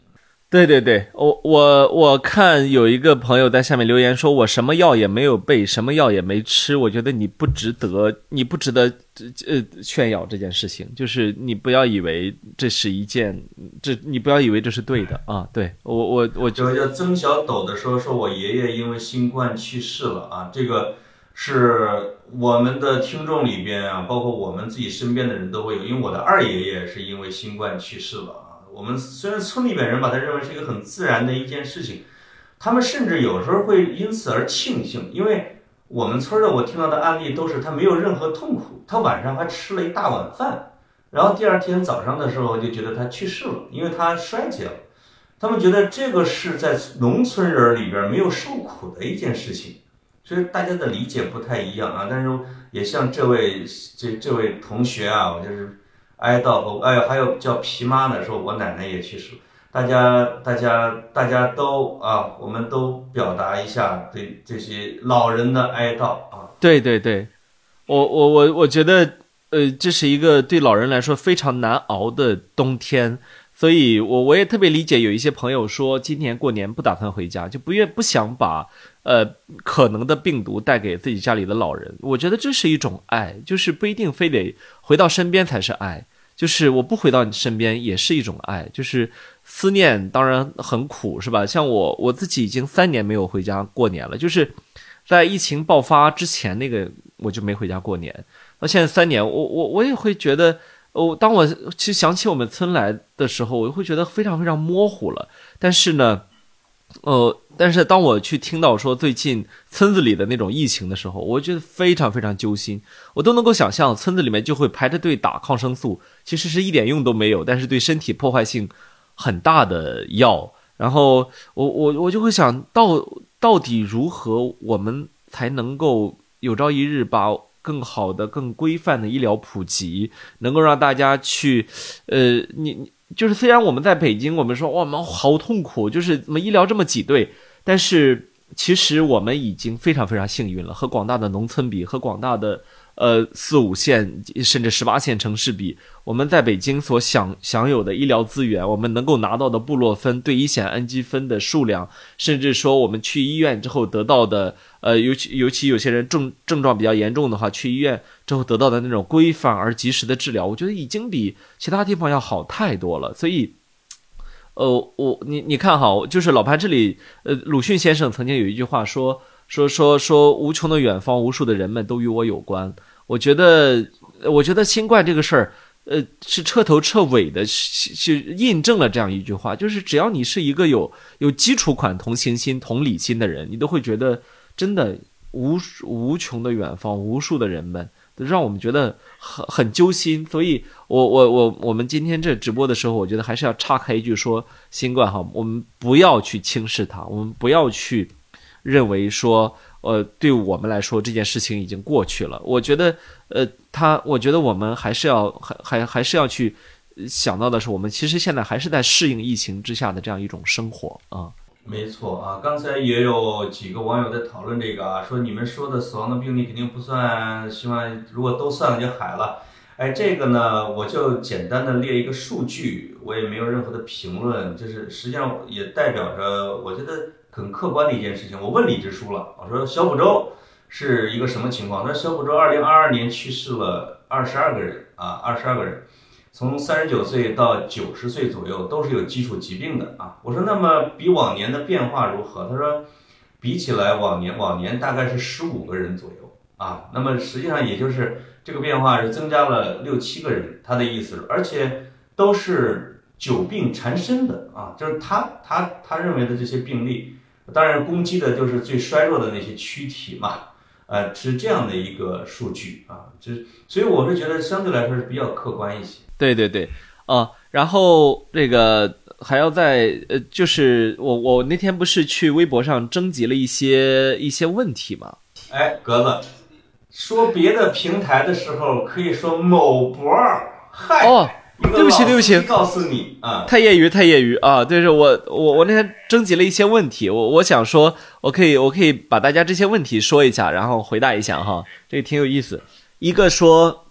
对对对，我我我看有一个朋友在下面留言说，我什么药也没有备，什么药也没吃，我觉得你不值得，你不值得呃炫耀这件事情，就是你不要以为这是一件，这你不要以为这是对的啊。对我我我
就叫曾小斗的说，说我爷爷因为新冠去世了啊，这个是我们的听众里边啊，包括我们自己身边的人都会有，因为我的二爷爷是因为新冠去世了啊。我们虽然村里边人把它认为是一个很自然的一件事情，他们甚至有时候会因此而庆幸，因为我们村的我听到的案例都是他没有任何痛苦，他晚上还吃了一大碗饭，然后第二天早上的时候就觉得他去世了，因为他衰竭了。他们觉得这个是在农村人里边没有受苦的一件事情，所以大家的理解不太一样啊。但是也像这位这这位同学啊，我就是哀悼和哎还有叫皮妈的说，我奶奶也去世了。大家大家大家都啊，我们都表达一下对这些老人的哀悼啊。
对对对，我我我我觉得呃，这是一个对老人来说非常难熬的冬天。所以我我也特别理解有一些朋友说今年过年不打算回家，就不愿不想把呃可能的病毒带给自己家里的老人。我觉得这是一种爱，就是不一定非得回到身边才是爱，就是我不回到你身边也是一种爱。就是思念当然很苦，是吧？像我我自己已经三年没有回家过年了，就是在疫情爆发之前那个我就没回家过年，到现在三年，我我我也会觉得。哦，当我其实想起我们村来的时候，我会觉得非常非常模糊了。但是呢，呃，但是当我去听到说最近村子里的那种疫情的时候，我觉得非常非常揪心。我都能够想象，村子里面就会排着队打抗生素，其实是一点用都没有，但是对身体破坏性很大的药。然后我我我就会想到，到底如何我们才能够有朝一日把更好的更规范的医疗普及，能够让大家去呃你就是虽然我们在北京我们说哇我们好痛苦，就是怎么医疗这么挤兑，但是其实我们已经非常非常幸运了，和广大的农村比，和广大的呃四五线甚至十八线城市比，我们在北京所享享有的医疗资源，我们能够拿到的布洛芬对乙酰氨基酚的数量，甚至说我们去医院之后得到的呃尤其尤其有些人症症状比较严重的话，去医院之后得到的那种规范而及时的治疗，我觉得已经比其他地方要好太多了。所以呃我你你看哈，就是老潘这里呃鲁迅先生曾经有一句话说说说说无穷的远方，无数的人们都与我有关。我觉得，我觉得新冠这个事儿，呃，是彻头彻尾的去印证了这样一句话，就是只要你是一个有有基础款同情心、同理心的人，你都会觉得真的无无穷的远方，无数的人们，让我们觉得很很揪心。所以我我我我们今天这直播的时候，我觉得还是要岔开一句说，新冠哈，我们不要去轻视它，我们不要去认为说。呃，对我们来说这件事情已经过去了。我觉得，呃，他，我觉得我们还是要，还还还是要去想到的是，我们其实现在还是在适应疫情之下的这样一种生活啊。
没错啊，刚才也有几个网友在讨论这个啊，说你们说的死亡的病例肯定不算，希望如果都算了就海了。哎，这个呢，我就简单的列一个数据，我也没有任何的评论，就是实际上也代表着，我觉得。很客观的一件事情，我问李支书了，我说小浦州是一个什么情况？他说小浦州二零二二年去世了二十二个人啊，二十二个人，从三十九岁到九十岁左右都是有基础疾病的啊。我说那么比往年的变化如何？他说比起来往年往年大概是十五个人左右啊，那么实际上也就是这个变化是增加了六七个人，他的意思是，而且都是久病缠身的啊，就是他他他认为的这些病例。当然，攻击的就是最衰弱的那些躯体嘛，呃，是这样的一个数据啊，就是所以我是觉得相对来说是比较客观一些。
对对对，啊、呃，然后这个还要在呃，就是我我那天不是去微博上征集了一些一些问题嘛？
哎，格子，说别的平台的时候可以说某博，嗨。
哦。对不起，对不起，
告诉你啊，
太业余，太业余啊！对，是我，我，我那天征集了一些问题，我我想说，我可以，我可以把大家这些问题说一下，然后回答一下哈，这个挺有意思。一个说，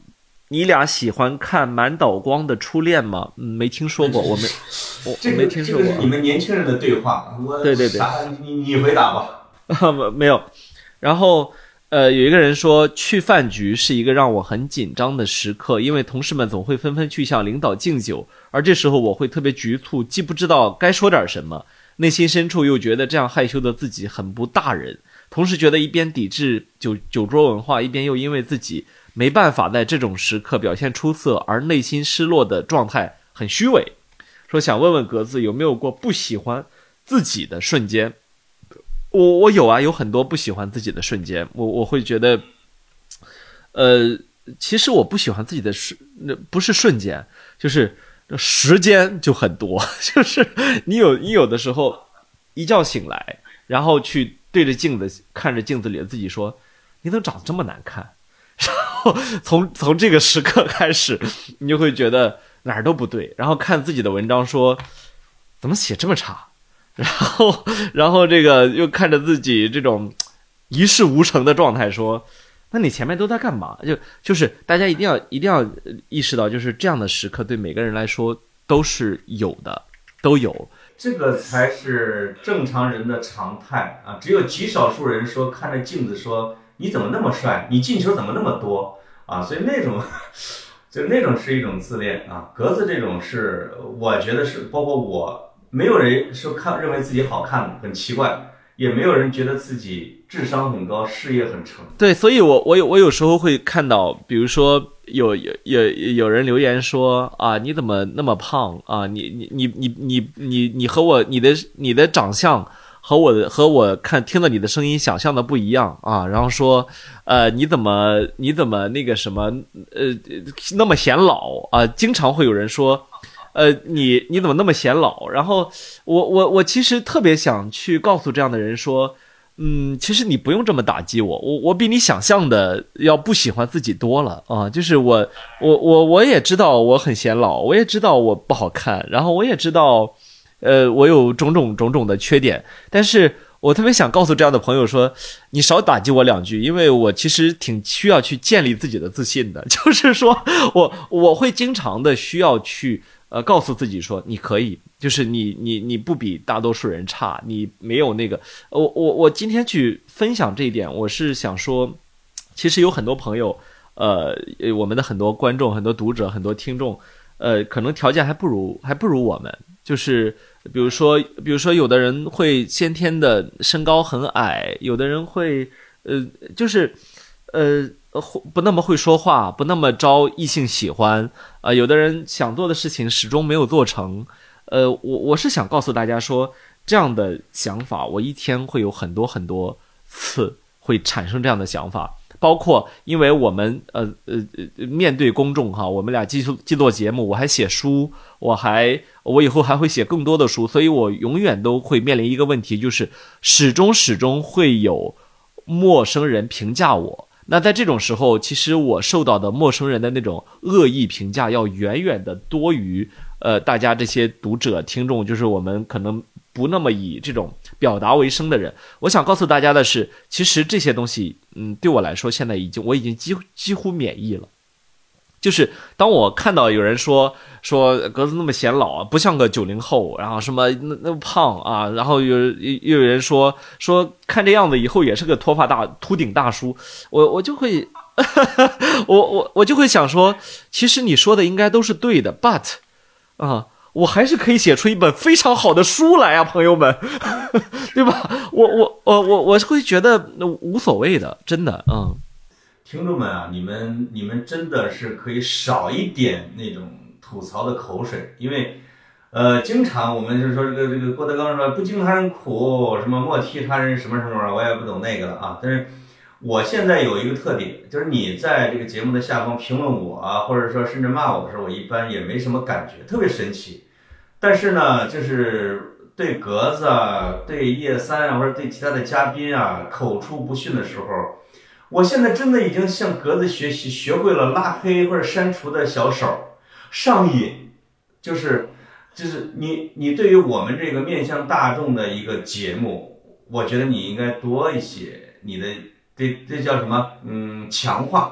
你俩喜欢看满岛光的初恋吗？嗯，没听说过，我没，我
这个
没听说过。
这个是你们年轻人的对话，我
对对对，
啥？你你回答吧。
没有。然后呃，有一个人说，去饭局是一个让我很紧张的时刻，因为同事们总会纷纷去向领导敬酒，而这时候我会特别局促，既不知道该说点什么，内心深处又觉得这样害羞的自己很不大人，同时觉得一边抵制酒酒桌文化，一边又因为自己没办法在这种时刻表现出色而内心失落的状态很虚伪。说想问问格子有没有过不喜欢自己的瞬间。我我有啊，有很多不喜欢自己的瞬间。我我会觉得呃其实我不喜欢自己的瞬不是瞬间，就是时间就很多。就是你有你有的时候一觉醒来，然后去对着镜子看着镜子里的自己说，你怎么长得这么难看？然后从从这个时刻开始，你就会觉得哪儿都不对，然后看自己的文章说怎么写这么差，然后然后这个又看着自己这种一事无成的状态说，那你前面都在干嘛？就就是大家一定要一定要意识到，就是这样的时刻对每个人来说都是有的，都有。
这个才是正常人的常态啊！只有极少数人说看着镜子说你怎么那么帅，你进球怎么那么多啊？所以那种就那种是一种自恋啊。格子这种是我觉得是包括我，没有人说看认为自己好看很奇怪，也没有人觉得自己智商很高，事业很成。
对，所以我我有我有时候会看到，比如说有有有有人留言说啊，你怎么那么胖啊？你你你你你你你和我你的你的长相和我的和我看听到你的声音想象的不一样啊。然后说呃你怎么你怎么那个什么呃那么显老啊？经常会有人说。呃，你你怎么那么显老？然后我我我其实特别想去告诉这样的人说，嗯，其实你不用这么打击我，我我比你想象的要不喜欢自己多了啊！就是我我我我也知道我很显老，我也知道我不好看，然后我也知道，呃，我有种种种种的缺点，但是我特别想告诉这样的朋友说，你少打击我两句，因为我其实挺需要去建立自己的自信的，就是说我我会经常的需要去。呃，告诉自己说你可以，就是你你你不比大多数人差，你没有那个，我我我今天去分享这一点，我是想说，其实有很多朋友，呃，我们的很多观众、很多读者、很多听众，呃，可能条件还不如还不如我们，就是比如说，比如说有的人会先天的身高很矮，有的人会，呃，就是呃不那么会说话，不那么招异性喜欢啊、呃。有的人想做的事情始终没有做成。呃，我我是想告诉大家说，这样的想法，我一天会有很多很多次会产生这样的想法。包括因为我们呃呃面对公众哈，我们俩既既做节目，我还写书，我还我以后还会写更多的书，所以我永远都会面临一个问题，就是始终始终会有陌生人评价我。那在这种时候，其实我受到的陌生人的那种恶意评价要远远的多于呃大家这些读者听众，就是我们可能不那么以这种表达为生的人。我想告诉大家的是，其实这些东西嗯对我来说现在已经我已经几乎几乎免疫了。就是当我看到有人说说格子那么显老啊，不像个九零后，然后什么那那么胖啊，然后有又有人说说看这样子以后也是个脱发大秃顶大叔，我我就会我我我就会想说，其实你说的应该都是对的 ，but 啊，我还是可以写出一本非常好的书来啊，朋友们，对吧？我我我我我会觉得无所谓的，真的，嗯。
听众们啊，你们你们真的是可以少一点那种吐槽的口水，因为，呃，经常我们就说这个这个郭德纲说不经他人苦，什么莫替他人什么什么，我也不懂那个了啊。但是我现在有一个特点，就是你在这个节目的下方评论我啊，或者说甚至骂我的时候，我一般也没什么感觉，特别神奇。但是呢，就是对格子啊，对叶三啊，或者对其他的嘉宾啊，口出不逊的时候。我现在真的已经向格子学习，学会了拉黑或者删除的小手，上瘾，就是就是你你对于我们这个面向大众的一个节目，我觉得你应该多一些你的这这叫什么？嗯，强化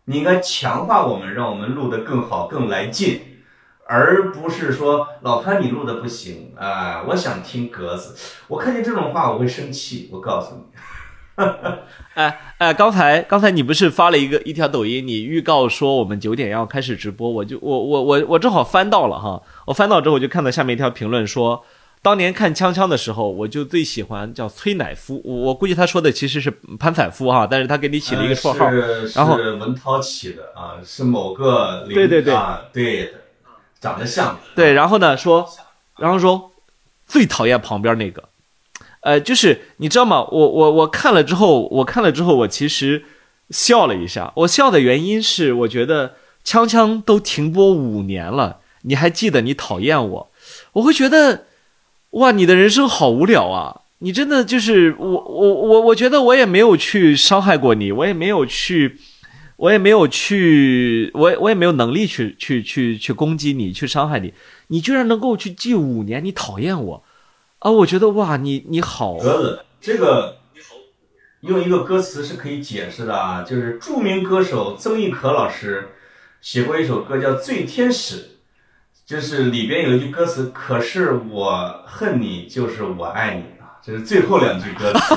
你应该强化我们，让我们录得更好、更来劲，而不是说老潘你录的不行啊、呃，我想听格子。我看见这种话我会生气，我告诉你。
哎哎，刚才刚才你不是发了一个一条抖音，你预告说我们九点要开始直播，我就我我我我正好翻到了哈，我翻到之后我就看到下面一条评论说。当年看锵锵的时候，我就最喜欢叫崔乃夫，我我估计他说的其实是潘采夫哈，但是他给你起了一个绰号，
呃、
然后
是文涛起的啊，是某个
对对对
啊，对的，长得像。
对，然后呢说，然后说最讨厌旁边那个，呃，就是你知道吗？我我我看了之后，我看了之后，我其实笑了一下。我笑的原因是，我觉得锵锵都停播五年了，你还记得你讨厌我？我会觉得。哇，你的人生好无聊啊！你真的就是我我我我觉得我也没有去伤害过你，我也没有去，我也没有去，我也我也没有能力去去去去攻击你，去伤害你，你居然能够去记五年，你讨厌我啊！我觉得哇，你你好，
格子，这个用一个歌词是可以解释的啊，就是著名歌手曾轶可老师写过一首歌叫《醉天使》。就是里边有一句歌词，可是我恨你，就是我爱你啊，这是最后两句歌词。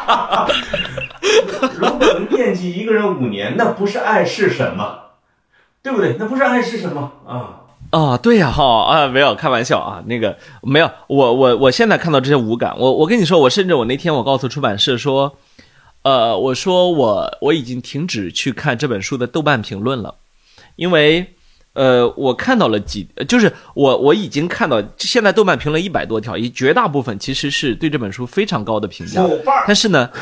如果能惦记一个人五年，那不是爱是什么？对不对？那不是爱是什么啊？
啊，对呀，哈啊，没有开玩笑啊，那个没有，我我我现在看到这些无感，我我跟你说，我甚至我那天我告诉出版社说，呃，我说我我已经停止去看这本书的豆瓣评论了，因为。呃，我看到了几，就是我我已经看到，现在豆瓣评论一百多条，绝大部分其实是对这本书非常高的评价。但是呢，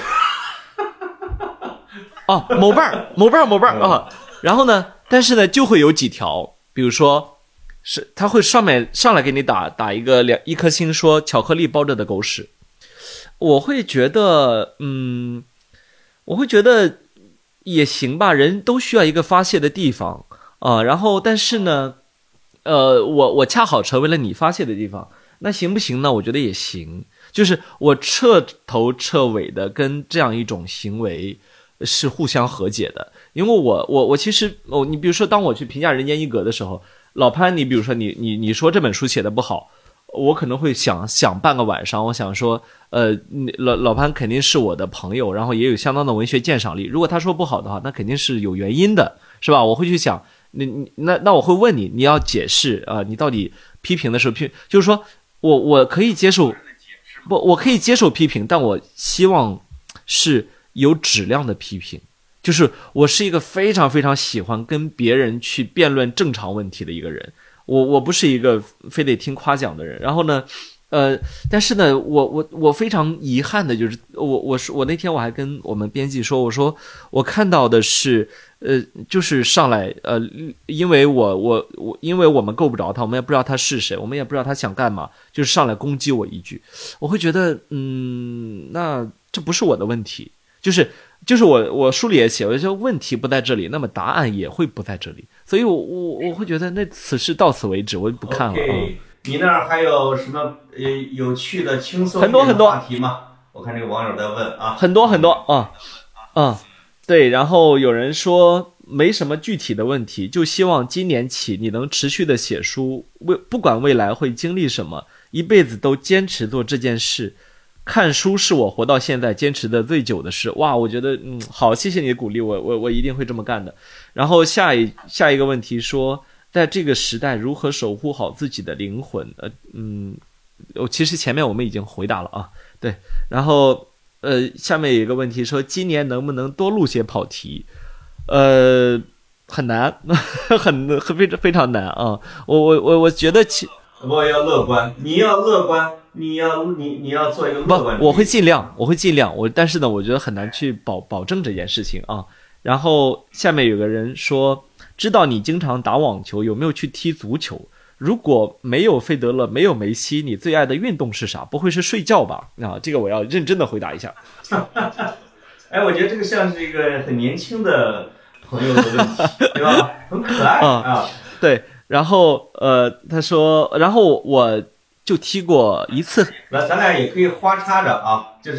哦，某瓣儿，某瓣儿，某瓣儿啊，然后呢，但是呢，就会有几条，比如说，是他会上面上来给你打打一个两一颗星，说巧克力包着的狗屎，我会觉得，嗯，我会觉得也行吧，人都需要一个发泄的地方。啊，然后但是呢，呃，我我恰好成为了你发泄的地方，那行不行呢？我觉得也行，就是我彻头彻尾的跟这样一种行为是互相和解的，因为我我我其实哦，你比如说当我去评价《人间一格》的时候，老潘，你比如说你你你说这本书写的不好，我可能会想想半个晚上，我想说，呃，老老潘肯定是我的朋友，然后也有相当的文学鉴赏力，如果他说不好的话，那肯定是有原因的，是吧？我会去想。你你那那我会问你，你要解释啊、呃，你到底批评的时候批，就是说我我可以接受，不，我可以接受批评，但我希望是有质量的批评。就是我是一个非常非常喜欢跟别人去辩论正常问题的一个人，我我不是一个非得听夸奖的人。然后呢，呃，但是呢，我我我非常遗憾的就是，我我是我那天我还跟我们编辑说，我说我看到的是。呃，就是上来，呃，因为我我我，因为我们够不着他，我们也不知道他是谁，我们也不知道他想干嘛，就是上来攻击我一句，我会觉得，嗯，那这不是我的问题，就是就是我我书里也写，我就说问题不在这里，那么答案也会不在这里，所以我我我会觉得那此事到此为止，我就不看了。
Okay, 嗯、你那儿还有什么呃有趣的、轻松
很多很多
话题吗？我看这个网友在问啊，
很多很多啊啊。对，然后有人说没什么具体的问题，就希望今年起你能持续的写书，未不管未来会经历什么，一辈子都坚持做这件事。看书是我活到现在坚持的最久的事。哇，我觉得嗯好，谢谢你的鼓励，我我我一定会这么干的。然后下一下一个问题说，在这个时代如何守护好自己的灵魂？呃嗯，我其实前面我们已经回答了啊，对，然后。呃，下面有一个问题说，今年能不能多录些跑题？呃，很难，很很非常非常难啊！我我我我觉得其
我要乐观，你要乐观，你要你你要做一个乐观。
不，我会尽量，我会尽量。我但是呢，我觉得很难去保保证这件事情啊。然后下面有个人说，知道你经常打网球，有没有去踢足球？如果没有费德勒，没有梅西，你最爱的运动是啥？不会是睡觉吧？啊，这个我要认真的回答一下。
哎，我觉得这个像是一个很年轻的朋友的问题，对吧？很可爱啊、
嗯。对，然后呃，他说，然后我就踢过一次。
那咱俩也可以花插着啊，就是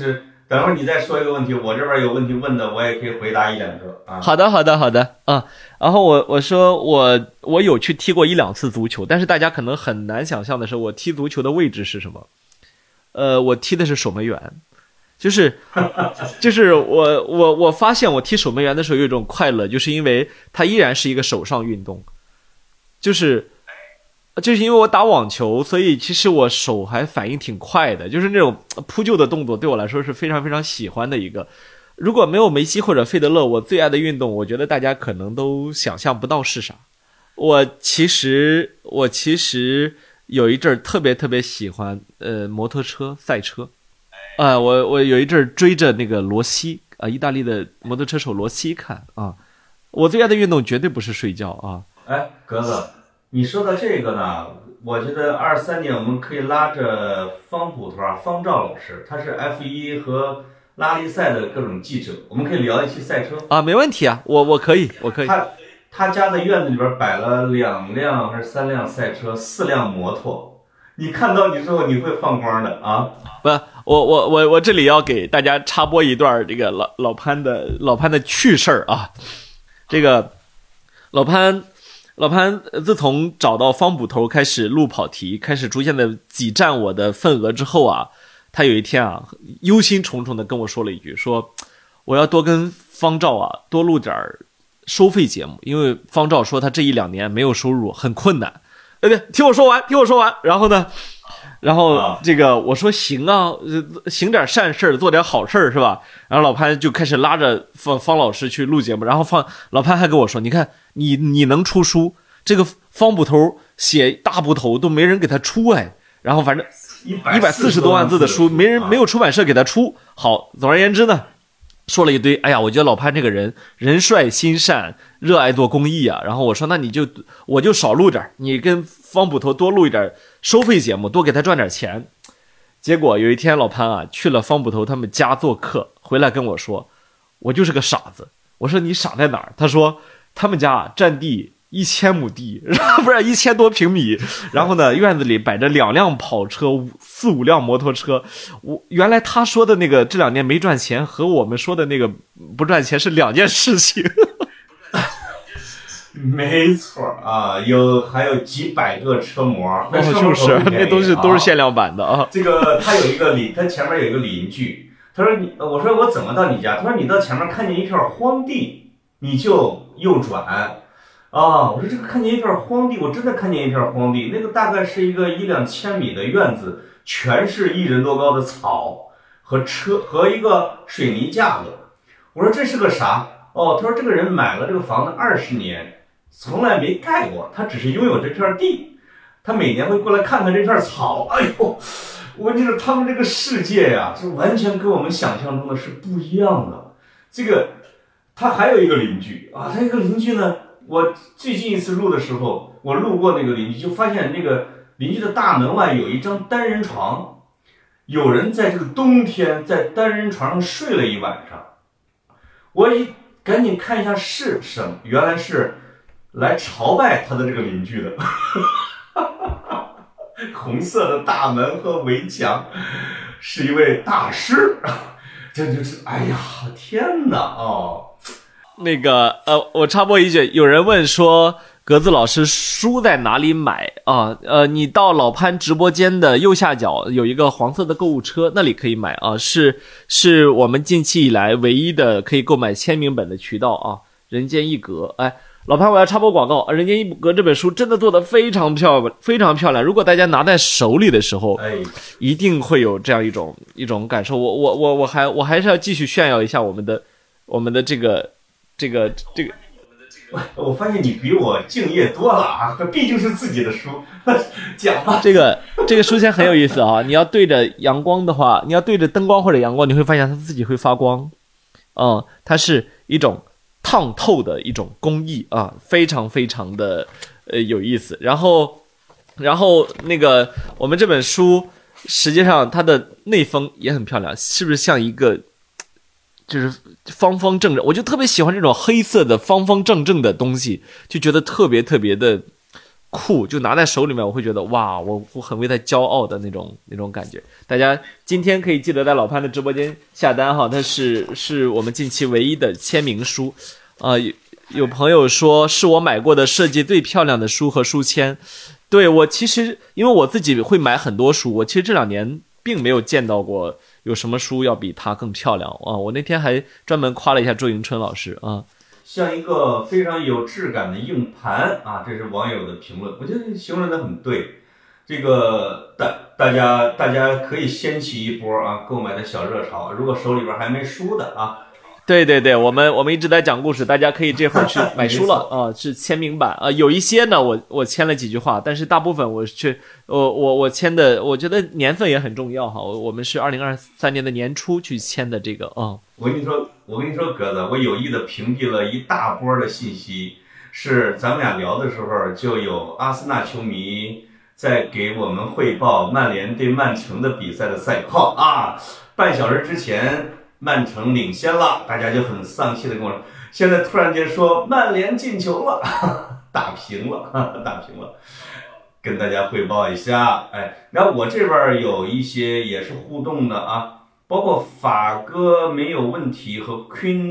等会儿你再说一个问题，我这边有问题问的，我也可以回答一两个啊。
好的，好的，好的啊。然后我我说我我有去踢过一两次足球，但是大家可能很难想象的是，我踢足球的位置是什么？呃，我踢的是守门员，就是就是我我我发现我踢守门员的时候有一种快乐，就是因为它依然是一个手上运动，就是就是因为我打网球，所以其实我手还反应挺快的，就是那种扑救的动作对我来说是非常非常喜欢的一个。如果没有梅西或者费德勒，我最爱的运动，我觉得大家可能都想象不到是啥。我其实我其实有一阵特别特别喜欢呃摩托车赛车，啊、呃，我我有一阵追着那个罗西啊、呃，意大利的摩托车手罗西看啊。我最爱的运动绝对不是睡觉啊。
哎，格子，你说到这个呢，我觉得二三年我们可以拉着方捕头啊，方照老师，他是 F 一 和拉力赛的各种记者，我们可以聊一期赛车
啊，没问题啊，我我可以，我可以。
他他家的院子里边摆了两辆还是三辆赛车，四辆摩托，你看到你之后你会放光的啊！
不，我我我我这里要给大家插播一段这个老老潘的老潘的趣事儿啊，这个老潘。老潘自从找到方捕头开始录跑题，开始逐渐的挤占我的份额之后啊，他有一天啊忧心忡忡的跟我说了一句，说我要多跟方照啊多录点收费节目，因为方照说他这一两年没有收入，很困难。对对，听我说完，听我说完。然后呢，然后这个我说行啊，行点善事，做点好事是吧？然后老潘就开始拉着方方老师去录节目，然后方老潘还跟我说，你看你你能出书，这个方捕头写大部头都没人给他出哎，然后反正一百四十多万字的书，没人没有出版社给他出。好，总而言之呢，说了一堆。哎呀，我觉得老潘这个人人帅心善，热爱做公益啊。然后我说，那你就我就少录点，你跟方捕头多录一点收费节目，多给他赚点钱。结果有一天老潘啊去了方捕头他们家做客，回来跟我说，我就是个傻子。我说你傻在哪儿？他说他们家啊占地一千亩地，不是一千多平米，然后呢院子里摆着两辆跑车，四五辆摩托车。我原来他说的那个这两年没赚钱和我们说的那个不赚钱是两件事情。
没错啊，有还有几百个车模，那车模
就是那都是、啊、都是限量版的啊。
这个他有一个邻，他前面有一个邻居，他说你，我说我怎么到你家？他说你到前面看见一片荒地，你就右转。啊，我说这个看见一片荒地，我真的看见一片荒地，那个大概是一个一两千米的院子，全是一人多高的草和车和一个水泥架子。我说这是个啥？哦，他说这个人买了这个房子二十年。从来没盖过，他只是拥有这片地，他每年会过来看看这片草。哎呦，我觉得他们这个世界呀、啊，就完全跟我们想象中的是不一样的。这个他还有一个邻居啊，他一个邻居呢，我最近一次录的时候，我路过那个邻居，就发现那个邻居的大门外有一张单人床，有人在这个冬天在单人床上睡了一晚上。我一赶紧看一下是什么，原来是来朝拜他的这个邻居的。红色的大门和围墙，是一位大师。这就是哎呀天哪哦！
那个呃，我插播一句，有人问说格子老师书在哪里买啊？呃，你到老潘直播间的右下角有一个黄色的购物车，那里可以买啊，是是我们近期以来唯一的可以购买签名本的渠道啊。人间一格，哎，老潘我要插播广告，人间一格这本书真的做得非常漂亮，非常漂亮。如果大家拿在手里的时候，
哎，
一定会有这样一种一种感受。我我我我还我还是要继续炫耀一下我们的我们的这个这个这个。
我发现你比我敬业多了啊！毕竟是自己的书，讲吧。
这个这个书签很有意思啊！你要对着阳光的话，你要对着灯光或者阳光，你会发现它自己会发光。嗯，它是一种烫透的一种工艺啊，非常非常的呃有意思。然后，然后那个我们这本书实际上它的内封也很漂亮，是不是像一个？就是方方正正，我就特别喜欢这种黑色的方方正正的东西，就觉得特别特别的酷，就拿在手里面，我会觉得哇，我我很为它骄傲的那种那种感觉。大家今天可以记得在老潘的直播间下单哈，它是是我们近期唯一的签名书，啊、呃，有有朋友说是我买过的设计最漂亮的书和书签。对，我其实因为我自己会买很多书，我其实这两年并没有见到过有什么书要比它更漂亮啊！我那天还专门夸了一下周迎春老师啊，
像一个非常有质感的硬盘啊，这是网友的评论，我觉得形容的很对。这个大大家大家可以掀起一波啊购买的小热潮，如果手里边还没书的啊。
对对对，我们我们一直在讲故事，大家可以这会儿去买书了啊，是签名版啊，有一些呢我我签了几句话，但是大部分我去我我我签的，我觉得年份也很重要哈，我我们是二零二三年的年初去签的这个啊、哦。
我跟你说，我跟你说，鸽子，我有意的屏蔽了一大波的信息，是咱们俩聊的时候就有阿森纳球迷在给我们汇报曼联对曼城的比赛的赛况啊，半小时之前。曼城领先了，大家就很丧气的跟我说，现在突然间说曼联进球了，打平了，打平了，跟大家汇报一下。哎，然后我这边有一些也是互动的啊，包括法哥没有问题和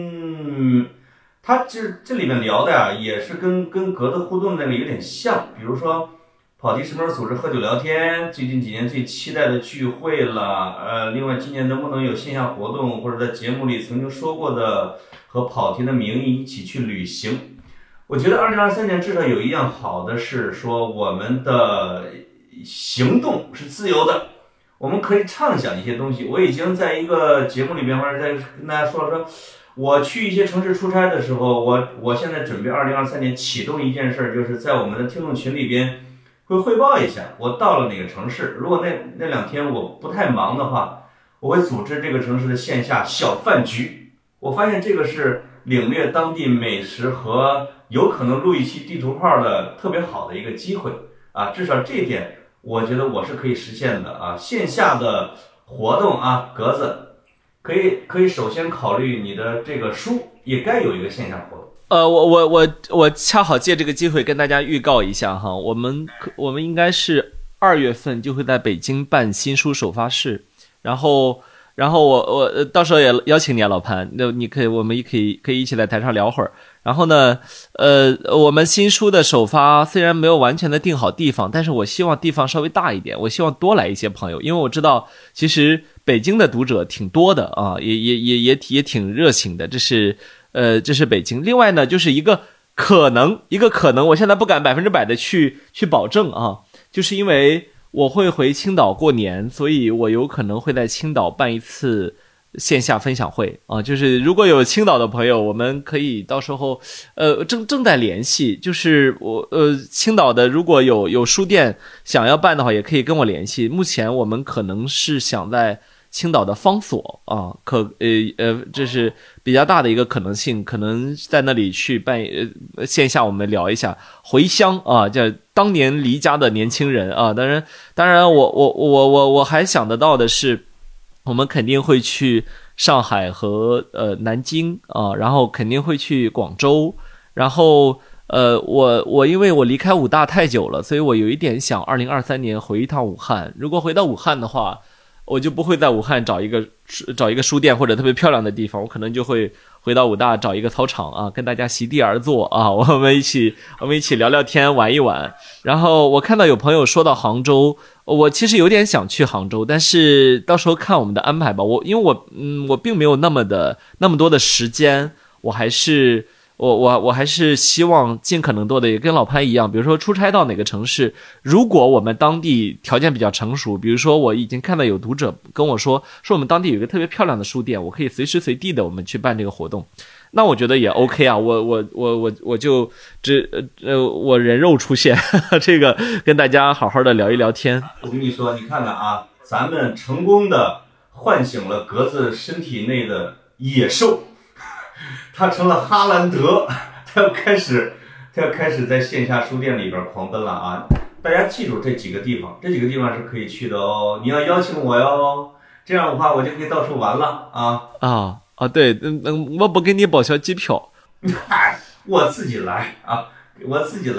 Queen， 他这这里面聊的呀、啊，也是跟跟格子互动那个有点像，比如说。跑题什么时候组织喝酒聊天？最近几年最期待的聚会了。呃，另外今年能不能有线下活动，或者在节目里曾经说过的和跑题的名义一起去旅行？我觉得二零二三年至少有一样好的是说，我们的行动是自由的，我们可以畅想一些东西。我已经在一个节目里边，或者在跟大家说了说。我去一些城市出差的时候，我我现在准备二零二三年启动一件事，就是在我们的听众群里边。会汇报一下我到了哪个城市，如果那那两天我不太忙的话，我会组织这个城市的线下小饭局。我发现这个是领略当地美食和有可能录一期地图炮的特别好的一个机会啊，至少这一点我觉得我是可以实现的啊。线下的活动啊，格子可以可以首先考虑你的这个书也该有一个线下活动。
呃，我我我我恰好借这个机会跟大家预告一下哈，我们我们应该是二月份就会在北京办新书首发式，然后然后我我到时候也邀请你啊，老潘，那你可以我们也可以可以一起来台上聊会儿。然后呢，呃，我们新书的首发虽然没有完全的定好地方，但是我希望地方稍微大一点，我希望多来一些朋友，因为我知道其实北京的读者挺多的啊，也也也也也挺热情的，这是。呃，这是北京。另外呢，就是一个可能，一个可能，我现在不敢百分之百的去去保证啊，就是因为我会回青岛过年，所以我有可能会在青岛办一次线下分享会啊。就是如果有青岛的朋友，我们可以到时候，呃，正正在联系，就是我呃青岛的如果有有书店想要办的话，也可以跟我联系。目前我们可能是想在。青岛的方所啊，可呃呃，这是比较大的一个可能性，可能在那里去办呃线下我们聊一下回乡啊，叫当年离家的年轻人啊。当然，当然我我我我我还想得到的是，我们肯定会去上海和呃南京啊，然后肯定会去广州，然后呃我我因为我离开武大太久了，所以我有一点想二零二三年回一趟武汉。如果回到武汉的话。我就不会在武汉找一个找一个书店或者特别漂亮的地方，我可能就会回到武大找一个操场啊，跟大家席地而坐啊，我们一起我们一起聊聊天，玩一玩。然后我看到有朋友说到杭州，我其实有点想去杭州，但是到时候看我们的安排吧。我因为我嗯我并没有那么的那么多的时间，我还是。我我我还是希望尽可能多的也跟老潘一样，比如说出差到哪个城市，如果我们当地条件比较成熟，比如说我已经看到有读者跟我说说我们当地有一个特别漂亮的书店，我可以随时随地的我们去办这个活动，那我觉得也 OK 啊，我我我我我就只呃我人肉出现呵呵，这个跟大家好好的聊一聊天。
我跟你说，你看看啊，咱们成功的唤醒了格子身体内的野兽。他成了哈兰德，他要开始，他要开始在线下书店里边狂奔了啊！大家记住这几个地方，这几个地方是可以去的哦。你要邀请我哟，这样的话我就可以到处玩了啊！
啊啊，对，嗯嗯，我不给你报销机票，
嗨，我自己来啊，我自己来。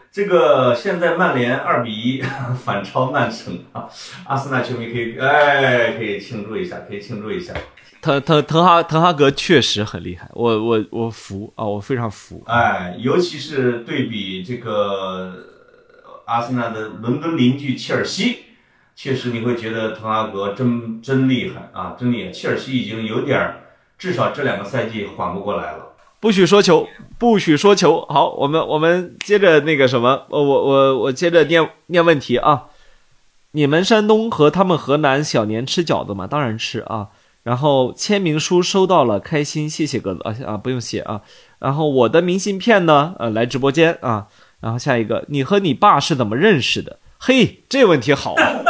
这个现在曼联二比一反超曼城啊，阿森纳球迷可以哎可以庆祝一下，可以庆祝一下。
滕滕滕哈滕哈格确实很厉害，我我我服啊，我非常服。
哎，尤其是对比这个阿森纳的伦敦邻居切尔西，确实你会觉得滕哈格真真厉害啊，真厉害。切尔西已经有点，至少这两个赛季缓不过来了。
不许说球，不许说球。好，我们我们接着那个什么，我我我我接着念念问题啊。你们山东和他们河南小年吃饺子吗？当然吃啊。然后签名书收到了，开心，谢谢鸽子啊啊，不用谢啊。然后我的明信片呢？呃，来直播间啊。然后下一个，你和你爸是怎么认识的？嘿，这问题好啊。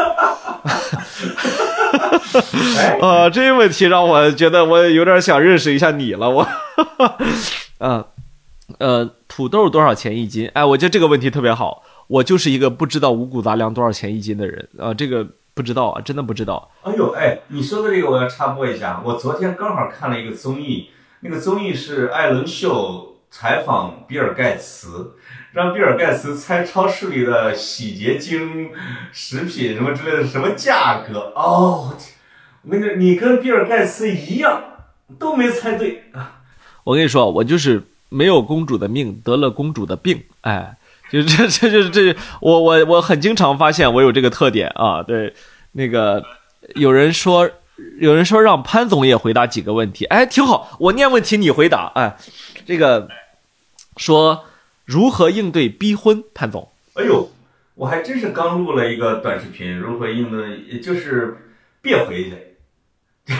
呃，这个问题让我觉得我有点想认识一下你了，我。嗯，呃，土豆多少钱一斤？哎，我觉得这个问题特别好。我就是一个不知道五谷杂粮多少钱一斤的人啊、呃，这个不知道啊，真的不知道。
哎呦，哎，你说的这个我要插播一下，我昨天刚好看了一个综艺，那个综艺是艾伦秀采访比尔盖茨，让比尔盖茨猜超市里的洗洁精、食品什么之类的什么价格。哦，我跟你说，你跟比尔盖茨一样，都没猜对啊。
我跟你说，我就是没有公主的命，得了公主的病。哎，就这这这这，我我我很经常发现我有这个特点啊。对，那个有人说，有人说让潘总也回答几个问题，哎，挺好，我念问题你回答。哎，这个说如何应对逼婚，潘总。
哎呦，我还真是刚录了一个短视频，如何应对，就是别回去，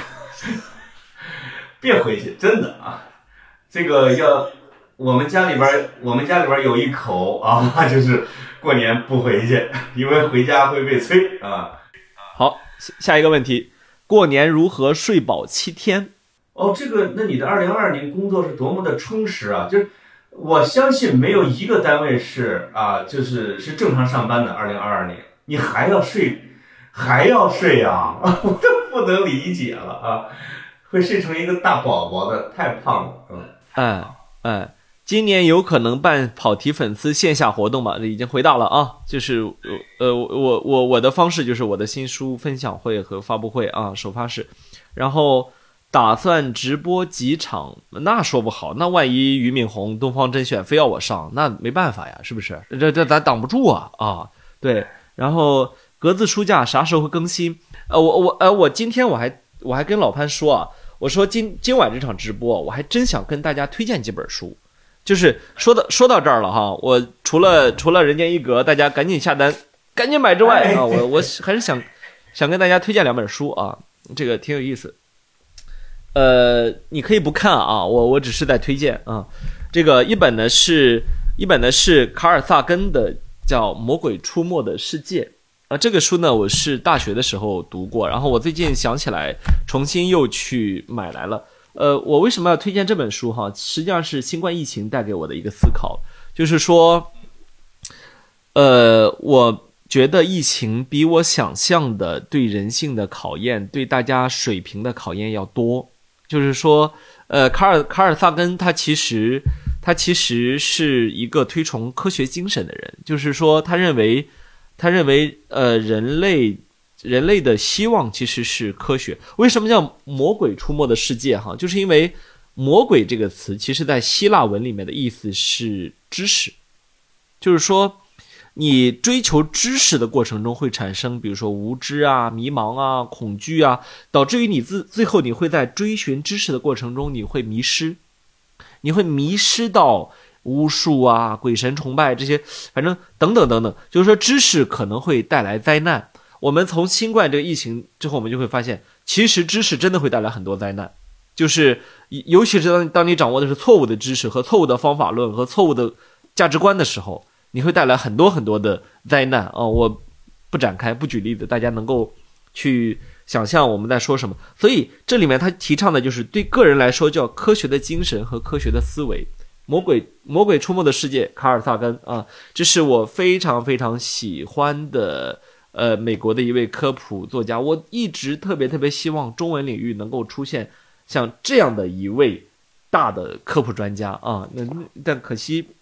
别回去，真的啊。这个要我们家里边，我们家里边有一口啊，就是过年不回去，因为回家会被催啊。
好，下一个问题，过年如何睡饱七天？
哦，这个，那你的二零二二年工作是多么的充实啊！就是我相信没有一个单位是啊，就是是正常上班的。二零二二年，你还要睡，还要睡啊，我都不能理解了啊！会睡成一个大宝宝的，太胖了，嗯。
哎哎，今年有可能办跑题粉丝线下活动吗？已经回答了啊，就是呃我我我的方式就是我的新书分享会和发布会啊，首发式，然后打算直播几场，那说不好，那万一俞敏洪东方甄选非要我上，那没办法呀，是不是？这这咱挡不住啊啊，对，然后格子书架啥时候会更新？呃我我呃我今天我还我还跟老潘说啊。我说今今晚这场直播，我还真想跟大家推荐几本书，就是说到说到这儿了哈，我除了除了人间一格，大家赶紧下单，赶紧买之外啊，我我还是想想跟大家推荐两本书啊，这个挺有意思。呃，你可以不看啊，我我只是在推荐啊。这个一本呢是一本呢是卡尔萨根的，叫《魔鬼出没的世界》。啊，这个书呢，我是大学的时候读过，然后我最近想起来，重新又去买来了。呃，我为什么要推荐这本书哈？实际上是新冠疫情带给我的一个思考，就是说，呃，我觉得疫情比我想象的对人性的考验，对大家水平的考验要多。就是说，呃，卡尔卡尔萨根他其实他其实是一个推崇科学精神的人，就是说，他认为。他认为，呃，人类人类的希望其实是科学。为什么叫魔鬼出没的世界？哈，就是因为魔鬼这个词，其实在希腊文里面的意思是知识，就是说，你追求知识的过程中会产生，比如说无知啊、迷茫啊、恐惧啊，导致于你自最后你会在追寻知识的过程中，你会迷失，你会迷失到。巫术啊，鬼神崇拜这些，反正等等等等，就是说知识可能会带来灾难。我们从新冠这个疫情之后，我们就会发现，其实知识真的会带来很多灾难。就是尤其是当当你掌握的是错误的知识和错误的方法论和错误的价值观的时候，你会带来很多很多的灾难啊、哦！我不展开，不举例子，大家能够去想象我们在说什么。所以这里面他提倡的就是对个人来说叫科学的精神和科学的思维。魔鬼魔鬼出没的世界，卡尔萨根啊，这是我非常非常喜欢的，呃，美国的一位科普作家。我一直特别特别希望中文领域能够出现像这样的一位大的科普专家啊，那但可惜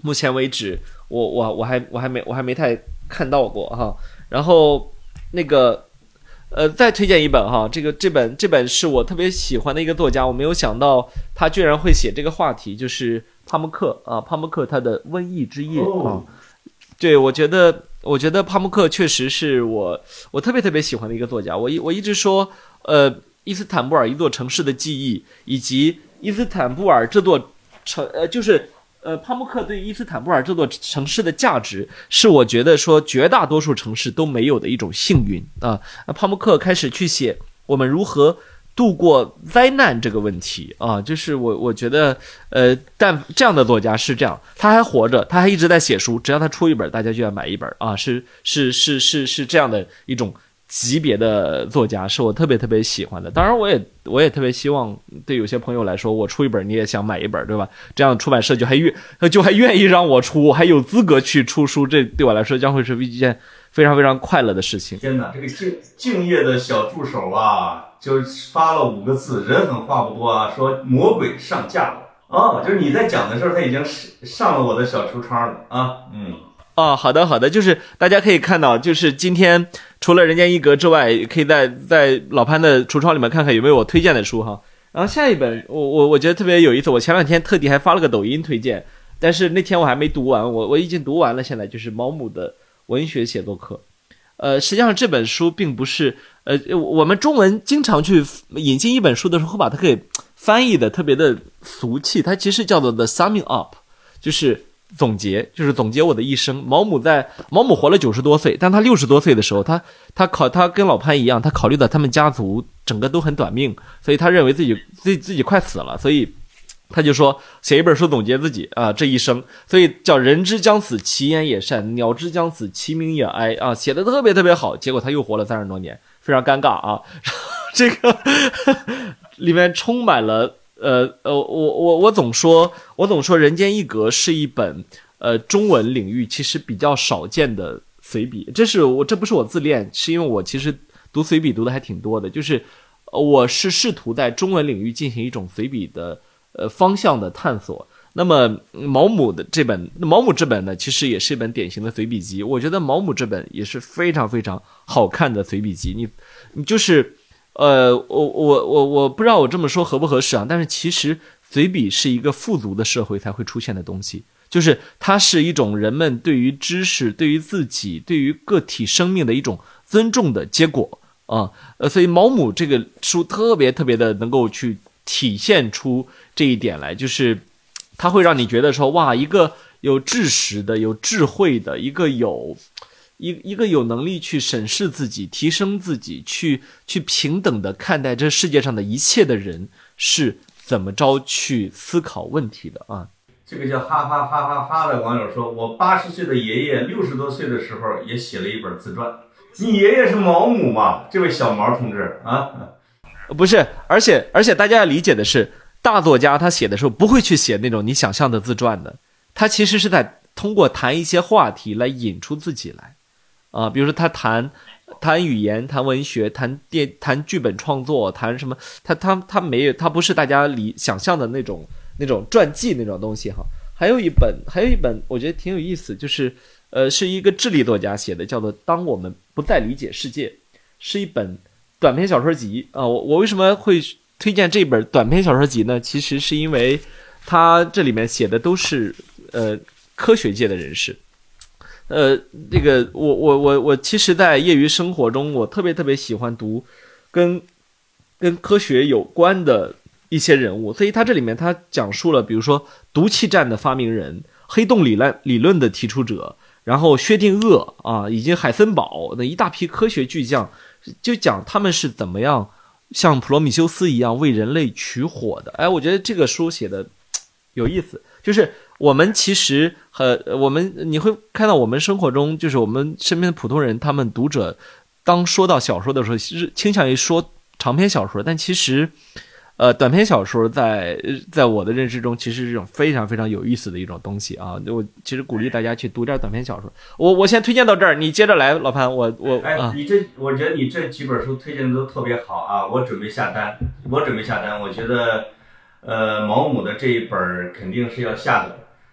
目前为止，我我我还我还没我还没太看到过哈。然后那个呃，再推荐一本哈，这个这本这本是我特别喜欢的一个作家，我没有想到他居然会写这个话题，就是帕慕克啊，帕慕克他的《瘟疫之夜》啊。对，我觉得我觉得帕慕克确实是我我特别特别喜欢的一个作家。我一我一直说，呃，伊斯坦布尔一座城市的记忆，以及伊斯坦布尔这座城呃就是。呃，帕慕克对伊斯坦布尔这座城市的价值，是我觉得说绝大多数城市都没有的一种幸运啊。帕慕克开始去写我们如何度过灾难这个问题啊，就是我我觉得，呃，但这样的作家是这样，他还活着，他还一直在写书，只要他出一本，大家就要买一本啊，是是是是是这样的一种级别的作家，是我特别特别喜欢的。当然我也我也特别希望对有些朋友来说，我出一本你也想买一本，对吧？这样出版社就还愿就还愿意让我出，我还有资格去出书，这对我来说将会是一件非常非常快乐的事情。
天哪，这个敬敬业的小助手啊，就发了五个字，人狠话不多啊，说魔鬼上架了。哦，就是你在讲的时候，他已经上了我的小橱窗了啊，嗯。
哦，好的好的，就是大家可以看到，就是今天除了人间一格之外，可以在在老潘的橱窗里面看看有没有我推荐的书哈。然后下一本我我我觉得特别有意思，我前两天特地还发了个抖音推荐，但是那天我还没读完，我我已经读完了，现在就是毛姆的文学写作课。呃，实际上这本书并不是呃我们中文经常去引进一本书的时候，会把它给翻译的特别的俗气，它其实叫做 The Summing Up， 就是总结，就是总结我的一生。毛姆在毛姆活了九十多岁，但他六十多岁的时候，他他考他跟老潘一样，他考虑到他们家族整个都很短命，所以他认为自己自己自己快死了，所以他就说写一本书总结自己啊这一生，所以叫人之将死其言也善，鸟之将死其鸣也哀啊，写的特别特别好。结果他又活了三十多年，非常尴尬啊。这个里面充满了。呃呃，我我我总说，我总说，《人间一格》是一本呃中文领域其实比较少见的随笔。这是我这不是我自恋，是因为我其实读随笔读的还挺多的，就是我是试图在中文领域进行一种随笔的呃方向的探索。那么毛姆的这本毛姆这本呢，其实也是一本典型的随笔集。我觉得毛姆这本也是非常非常好看的随笔集。你你就是。呃，我我我我不知道我这么说合不合适啊，但是其实随笔是一个富足的社会才会出现的东西，就是它是一种人们对于知识、对于自己、对于个体生命的一种尊重的结果啊。呃，所以毛姆这个书特别特别的能够去体现出这一点来，就是它会让你觉得说，哇，一个有知识的、有智慧的，一个有。一一个有能力去审视自己、提升自己、去去平等的看待这世界上的一切的人是怎么着去思考问题的啊？
这个叫哈哈哈哈哈的网友说，我八十岁的爷爷六十多岁的时候也写了一本自传。你爷爷是毛姆吗？这位小毛同志啊？
不是，而且而且大家要理解的是，大作家他写的时候不会去写那种你想象的自传的，他其实是在通过谈一些话题来引出自己来。啊，比如说他谈谈语言、谈文学、谈电、谈剧本创作、谈什么，他他他没有，他不是大家理想象的那种那种传记那种东西哈。还有一本，还有一本，我觉得挺有意思，就是呃，是一个智利作家写的，叫做《当我们不再理解世界》，是一本短篇小说集啊。我我为什么会推荐这本短篇小说集呢？其实是因为它这里面写的都是呃科学界的人士。呃，这个我我我我其实，在业余生活中，我特别特别喜欢读跟跟科学有关的一些人物，所以他这里面他讲述了，比如说毒气战的发明人、黑洞理论理论的提出者，然后薛定谔啊，以及海森堡那一大批科学巨匠，就讲他们是怎么样像普罗米修斯一样为人类取火的。哎，我觉得这个书写的有意思，就是我们其实和我们你会看到我们生活中，就是我们身边的普通人，他们读者当说到小说的时候，其实倾向于说长篇小说，但其实呃短篇小说在在我的认知中，其实是一种非常非常有意思的一种东西啊。我其实鼓励大家去读点短篇小说。我我先推荐到这儿，你接着来，老潘。我我
哎，啊、你这我觉得你这几本书推荐的都特别好啊，我准备下单，我准备下单，我觉得。呃，毛姆的这一本肯定是要下的，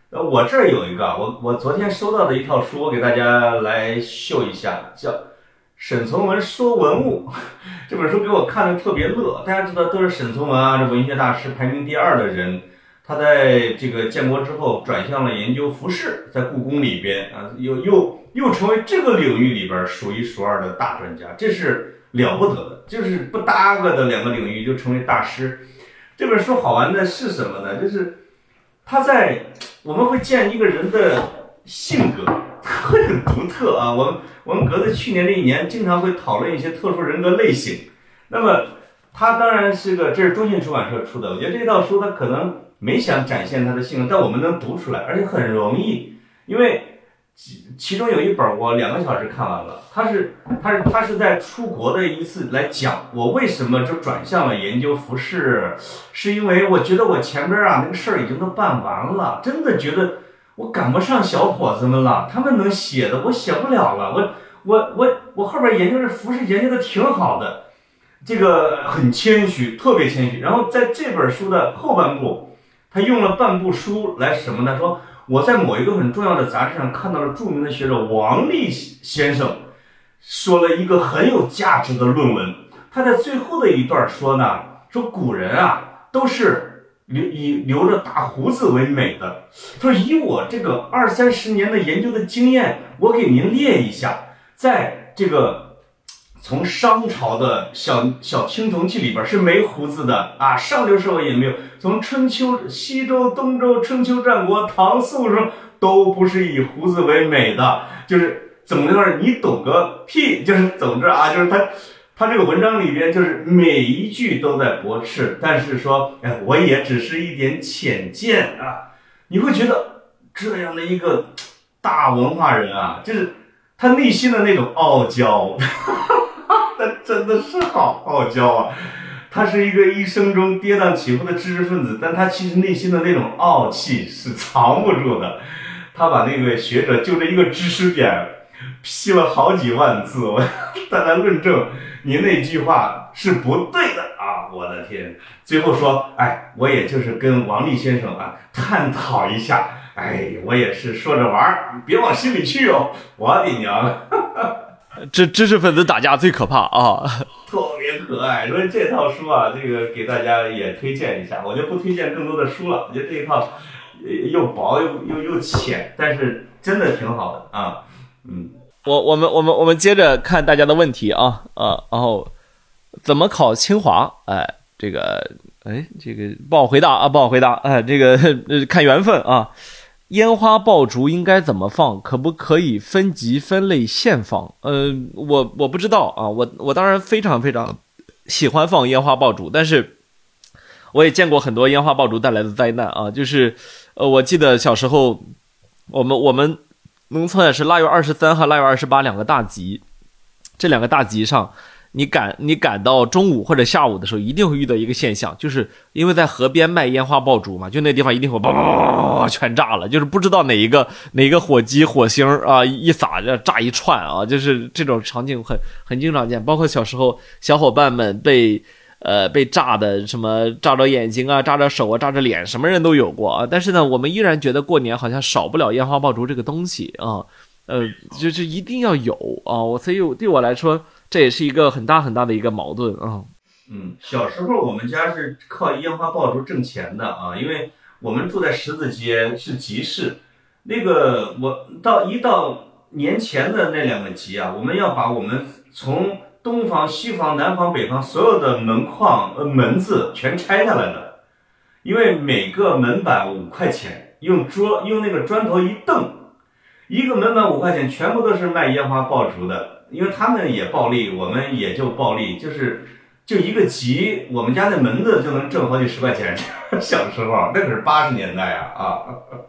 呃，我这儿有一个，我我昨天收到的一套书，我给大家来秀一下，叫沈从文说文物。这本书给我看的特别乐。大家知道都是沈从文啊，这文学大师排名第二的人，他在这个建国之后转向了研究服饰，在故宫里边啊，又又又成为这个领域里边数一数二的大专家，这是了不得的，就是不搭个的两个领域就成为大师。这本书好玩的是什么呢？就是他在我们会见一个人的性格会很独特啊。我们我们隔着去年这一年，经常会讨论一些特殊人格类型。那么他当然是个，这是中信出版社出的。我觉得这套书他可能没想展现他的性格，但我们能读出来，而且很容易。因为其中有一本我两个小时看完了，他是他是他是在出国的一次来讲我为什么就转向了研究服饰，是因为我觉得我前边啊那个事儿已经都办完了，真的觉得我赶不上小伙子们了，他们能写的我写不了了，我我我我后边研究这服饰研究的挺好的，这个很谦虚，特别谦虚。然后在这本书的后半部，他用了半部书来什么呢？说我在某一个很重要的杂志上看到了著名的学者王立先生说了一个很有价值的论文。他在最后的一段说呢，说古人啊都是留以留着大胡子为美的。他说以我这个二三十年的研究的经验，我给您列一下，在这个从商朝的小小青铜器里边是没胡子的啊，上流社会也没有。从春秋、西周、东周、春秋战国、唐宋时候都不是以胡子为美的，就是怎么着，你懂个屁！就是总之啊，就是他他这个文章里边就是每一句都在驳斥，但是说，哎，我也只是一点浅见啊。你会觉得这样的一个大文化人啊，就是他内心的那种傲娇。他真的是好傲娇啊！他是一个一生中跌宕起伏的知识分子，但他其实内心的那种傲气是藏不住的。他把那个学者就这一个知识点批了好几万字，我他来论证您那句话是不对的啊！我的天！最后说，哎，我也就是跟王立先生啊探讨一下，哎，我也是说着玩儿，别往心里去哦，我的娘！
这知识分子打架最可怕啊，
特别可爱。所以这套书啊，这个给大家也推荐一下。我就不推荐更多的书了，我觉得这一套又薄又又又浅，但是真的挺好的啊。嗯，
我我们我们我们接着看大家的问题啊啊，然后怎么考清华？哎，这个哎这个不好回答啊，不好回答。哎，这个呃看缘分啊。烟花爆竹应该怎么放？可不可以分级分类现放？呃，我我不知道啊，我我当然非常非常喜欢放烟花爆竹，但是我也见过很多烟花爆竹带来的灾难啊。就是呃，我记得小时候我们我们农村也是腊月二十三和腊月二十八两个大集，这两个大集上。你赶你赶到中午或者下午的时候，一定会遇到一个现象，就是因为在河边卖烟花爆竹嘛，就那地方一定会叭叭叭全炸了，就是不知道哪一个哪一个火机火星啊一撒就炸一串啊，就是这种场景很很经常见。包括小时候小伙伴们被呃被炸的什么炸着眼睛啊、炸着手啊、炸着脸，什么人都有过啊。但是呢，我们依然觉得过年好像少不了烟花爆竹这个东西啊，呃，就就一定要有啊。我所以对我来说。这也是一个很大很大的一个矛盾啊。
嗯，小时候我们家是靠烟花爆竹挣钱的啊，因为我们住在十字街，是集市。那个我到一到年前的那两个集啊，我们要把我们从东房、西房、南房、北房所有的门框、呃门子全拆下来的，因为每个门板五块钱，用桌用那个砖头一蹬，一个门板五块钱，全部都是卖烟花爆竹的。因为他们也暴利，我们也就暴利，就是就一个集，我们家那门子就能挣好几十块钱。小时候那可是八十年代啊啊！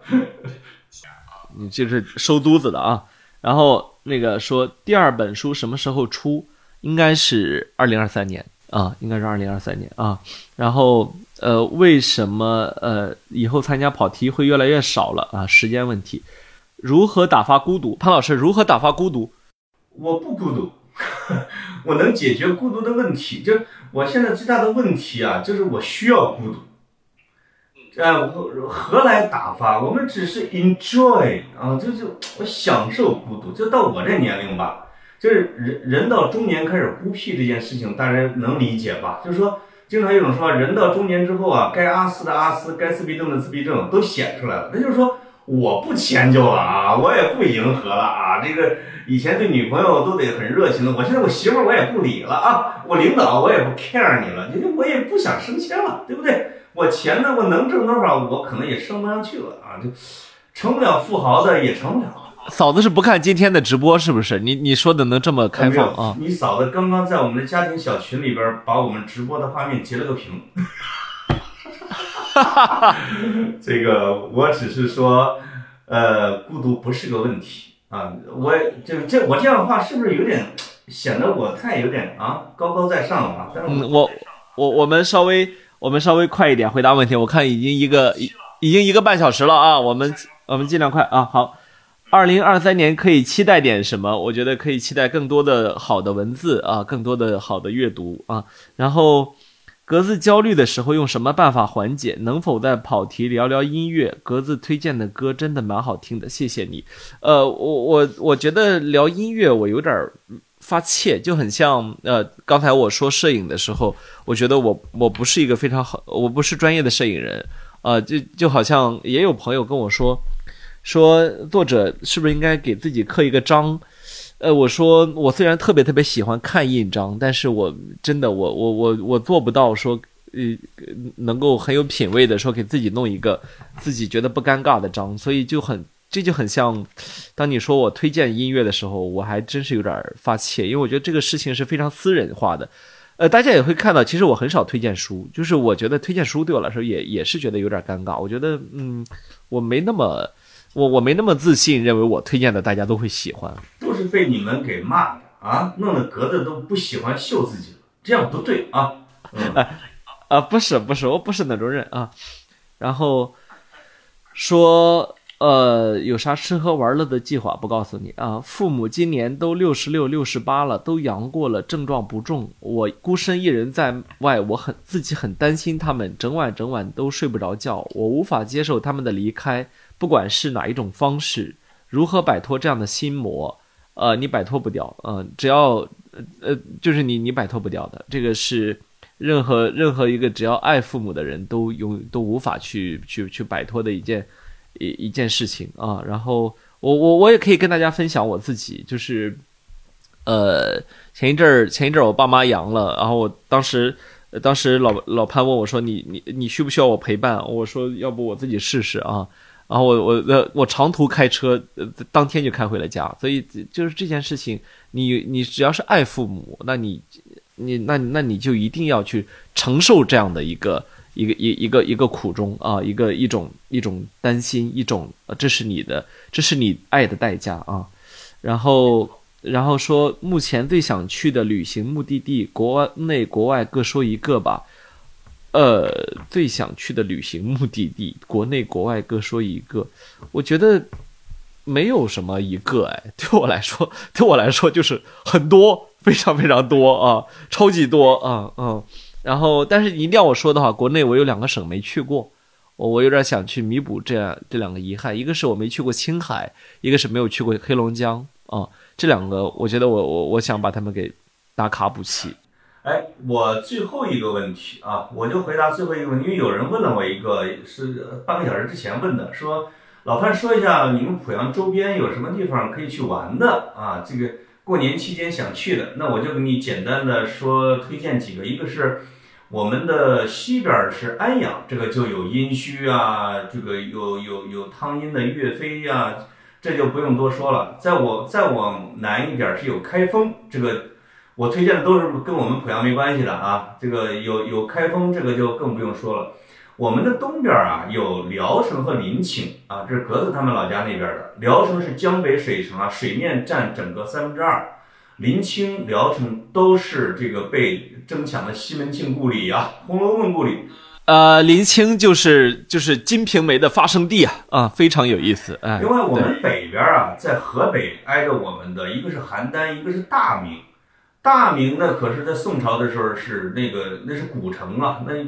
你就是收租子的啊。然后那个说第二本书什么时候出？应该是二零二三年啊，应该是二零二三年啊。然后呃，为什么呃以后参加跑题会越来越少了啊？时间问题。如何打发孤独？潘老师，如何打发孤独？
我不孤独，我能解决孤独的问题。就我现在最大的问题啊，就是我需要孤独。 呃，何来打发？我们只是 enjoy 啊，就就我享受孤独。就到我这年龄吧，就是人人到中年开始孤僻这件事情，大家能理解吧？就是说，经常有种说法，人到中年之后啊，该阿斯的阿斯，该自闭症的自闭症都显出来了。那就是说，我不迁就了啊，我也不迎合了啊。这个以前对女朋友都得很热情的，我现在我媳妇儿我也不理了啊，我领导我也不 care 你了，因为我也不想升迁了，对不对？我钱呢，我能挣多少，我可能也升不上去了啊，就成不了富豪的也成不了。
嫂子是不看今天的直播是不是？你你说的能这么开放啊？
你嫂子刚刚在我们的家庭小群里边把我们直播的画面截了个屏。这个我只是说，呃，孤独不是个问题啊。我这这我这样的话是不是有点显得我太有点啊高高在上了啊？但是我
嗯，我我我们稍微。我们稍微快一点回答问题，我看已经一个已已经一个半小时了啊，我们我们尽量快啊。好，二零二三年可以期待点什么？我觉得可以期待更多的好的文字啊，更多的好的阅读啊。然后，格子焦虑的时候用什么办法缓解？能否再跑题聊聊音乐？格子推荐的歌真的蛮好听的，谢谢你。呃，我我我觉得聊音乐我有点发怯，就很像呃，刚才我说摄影的时候，我觉得我我不是一个非常好，我不是专业的摄影人，呃，就就好像也有朋友跟我说，说作者是不是应该给自己刻一个章？呃，我说我虽然特别特别喜欢看印章，但是我真的我我我我做不到说呃能够很有品位的说给自己弄一个自己觉得不尴尬的章，所以就很。这就很像当你说我推荐音乐的时候，我还真是有点发怯，因为我觉得这个事情是非常私人化的。呃，大家也会看到，其实我很少推荐书，就是我觉得推荐书对我来说也也是觉得有点尴尬。我觉得嗯，我没那么我我没那么自信，认为我推荐的大家都会喜欢。
都是被你们给骂的啊，弄得格子都不喜欢秀自己了，这样不对啊。嗯、
啊啊，不是不是，我不是那种人啊。然后说。呃，有啥吃喝玩乐的计划不告诉你啊？父母今年都六十六、六十八了，都阳过了，症状不重。我孤身一人在外，我很自己很担心他们，整晚整晚都睡不着觉。我无法接受他们的离开，不管是哪一种方式，如何摆脱这样的心魔？呃，你摆脱不掉，嗯、呃，只要呃，就是你你摆脱不掉的，这个是任何任何一个只要爱父母的人都永都无法去去去摆脱的一件。一一件事情啊，然后我我我也可以跟大家分享我自己，就是呃前一阵儿前一阵儿我爸妈阳了，然后我当时当时老老潘问我说你你你需不需要我陪伴？我说要不我自己试试啊，然后我我我长途开车，呃当天就开回了家，所以就是这件事情，你你只要是爱父母，那你你那那你就一定要去承受这样的一个。一个一一个一个苦衷啊，一个一种一种担心，一种这是你的，这是你爱的代价啊。然后然后说，目前最想去的旅行目的地，国内国外各说一个吧。呃，最想去的旅行目的地，国内国外各说一个。我觉得没有什么一个哎，对我来说，对我来说就是很多，非常非常多啊，超级多啊，嗯。然后，但是你一定要我说的话，国内我有两个省没去过，我我有点想去弥补这样这两个遗憾。一个是我没去过青海，一个是没有去过黑龙江啊、嗯，这两个我觉得我我我想把他们给打卡补齐。
哎，我最后一个问题啊，我就回答最后一个问题，因为有人问了我一个，是半个小时之前问的，说老潘说一下你们濮阳周边有什么地方可以去玩的啊？这个。过年期间想去的，那我就给你简单的说推荐几个，一个是我们的西边是安阳，这个就有殷墟啊，这个有有有汤阴的岳飞呀、啊，这就不用多说了。再我再往南一点是有开封，这个我推荐的都是跟我们濮阳没关系的啊，这个有有开封，这个就更不用说了。我们的东边啊有聊城和临清啊，这是格子他们老家那边的。聊城是江北水城啊，水面占整个三分之二。临清、聊城都是这个被争抢的西门庆故里啊，《红楼梦》故里。
呃，临清就是就是《金瓶梅》的发生地啊，啊，非常有意思。哎，
另外我们北边啊，在河北挨着我们的一个是邯郸，一个是大名。大名呢，可是在宋朝的时候是那个那是古城啊，那。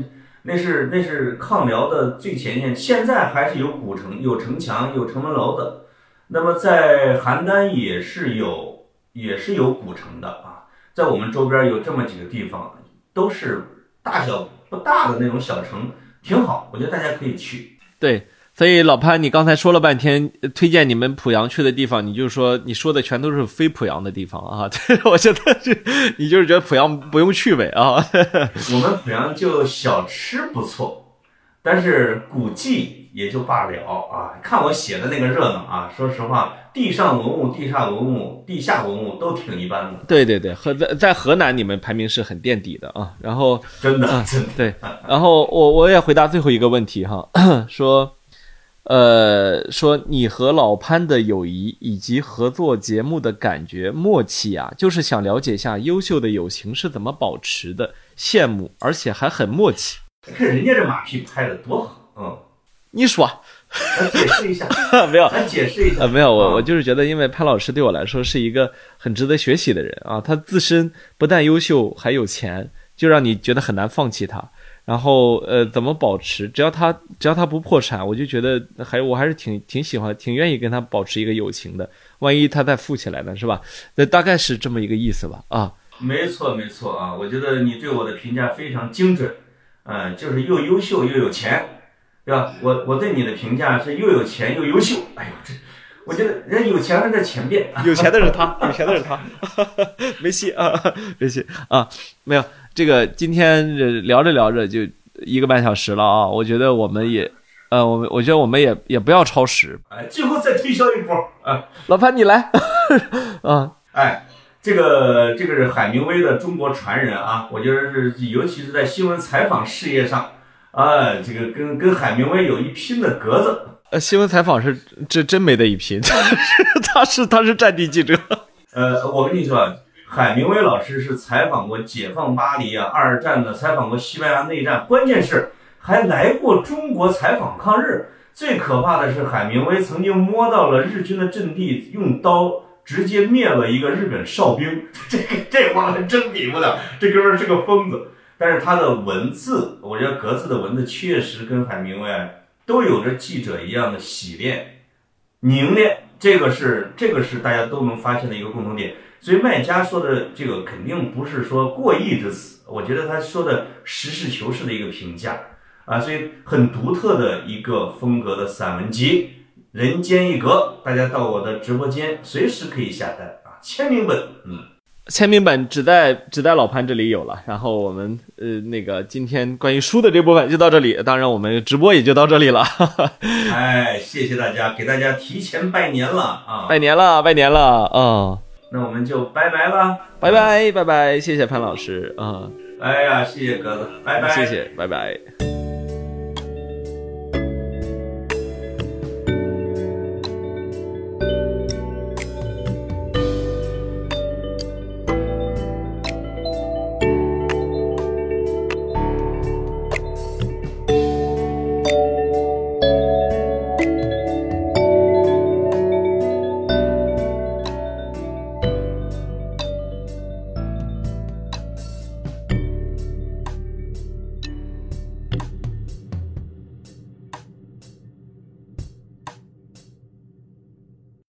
那是那是抗辽的最前线，现在还是有古城、有城墙、有城门楼的。那么在邯郸也是有也是有古城的啊，在我们周边有这么几个地方，都是大小不大的那种小城，挺好，我觉得大家可以去。
对。所以老潘，你刚才说了半天推荐你们濮阳去的地方，你就说你说的全都是非濮阳的地方啊！我觉得是你就是觉得濮阳不用去呗啊！
我们濮阳就小吃不错，但是古迹也就罢了啊！看我写的那个热闹啊，说实话，地上文物、地下文物、地下文物都挺一般的。
对对对，和在在河南你们排名是很垫底的啊。然后
真的、
啊、
真的
对，然后我我也回答最后一个问题哈，说。呃，说你和老潘的友谊以及合作节目的感觉默契啊，就是想了解一下优秀的友情是怎么保持的，羡慕，而且还很默契。
看人家这马屁拍的多好，嗯，
你说，
来解释一下，
没有，
来解释一下，
呃，没有，我我就是觉得，因为潘老师对我来说是一个很值得学习的人啊，他自身不但优秀，还有钱，就让你觉得很难放弃他。然后呃，怎么保持？只要他只要他不破产，我就觉得还我还是挺挺喜欢、挺愿意跟他保持一个友情的。万一他再富起来呢，是吧？那大概是这么一个意思吧。啊，
没错没错啊，我觉得你对我的评价非常精准，嗯、呃，就是又优秀又有钱，对吧？我我对你的评价是又有钱又优秀。哎呦，这我觉得人有钱是在前边，
有钱的是他，有钱的是他，没戏啊，没戏啊，没有。这个今天聊着聊着就一个半小时了啊，我觉得我们也，呃，我们我觉得我们也也不要超时，
哎，最后再推销一波啊，
老潘你来，啊，
哎，这个这个是海明威的中国传人啊，我觉得是尤其是在新闻采访事业上，啊，这个跟跟海明威有一拼的格子。
呃，新闻采访是这真没得一拼，他是他是战地记者。
呃，我跟你说。海明威老师是采访过解放巴黎啊，二战的，采访过西班牙内战，关键是还来过中国采访抗日。最可怕的是，海明威曾经摸到了日军的阵地，用刀直接灭了一个日本哨兵。这个这我们真比不了，这哥们儿是个疯子。但是他的文字，我觉得格子的文字确实跟海明威都有着记者一样的洗练、凝练，这个是这个是大家都能发现的一个共同点。所以麦家说的这个肯定不是说过意之词，我觉得他说的实事求是的一个评价啊，所以很独特的一个风格的散文集，人间一格，大家到我的直播间随时可以下单啊，签名本，嗯，
签名本只在只在老潘这里有了。然后我们呃那个今天关于书的这部分就到这里，当然我们直播也就到这里了。
哎，谢谢大家，给大家提前拜年了啊，
拜年了，拜年了啊。哦，
那我们就拜拜了，
拜拜拜拜，谢谢潘老师啊！
哎呀，谢谢格子，拜拜，
谢谢，拜拜。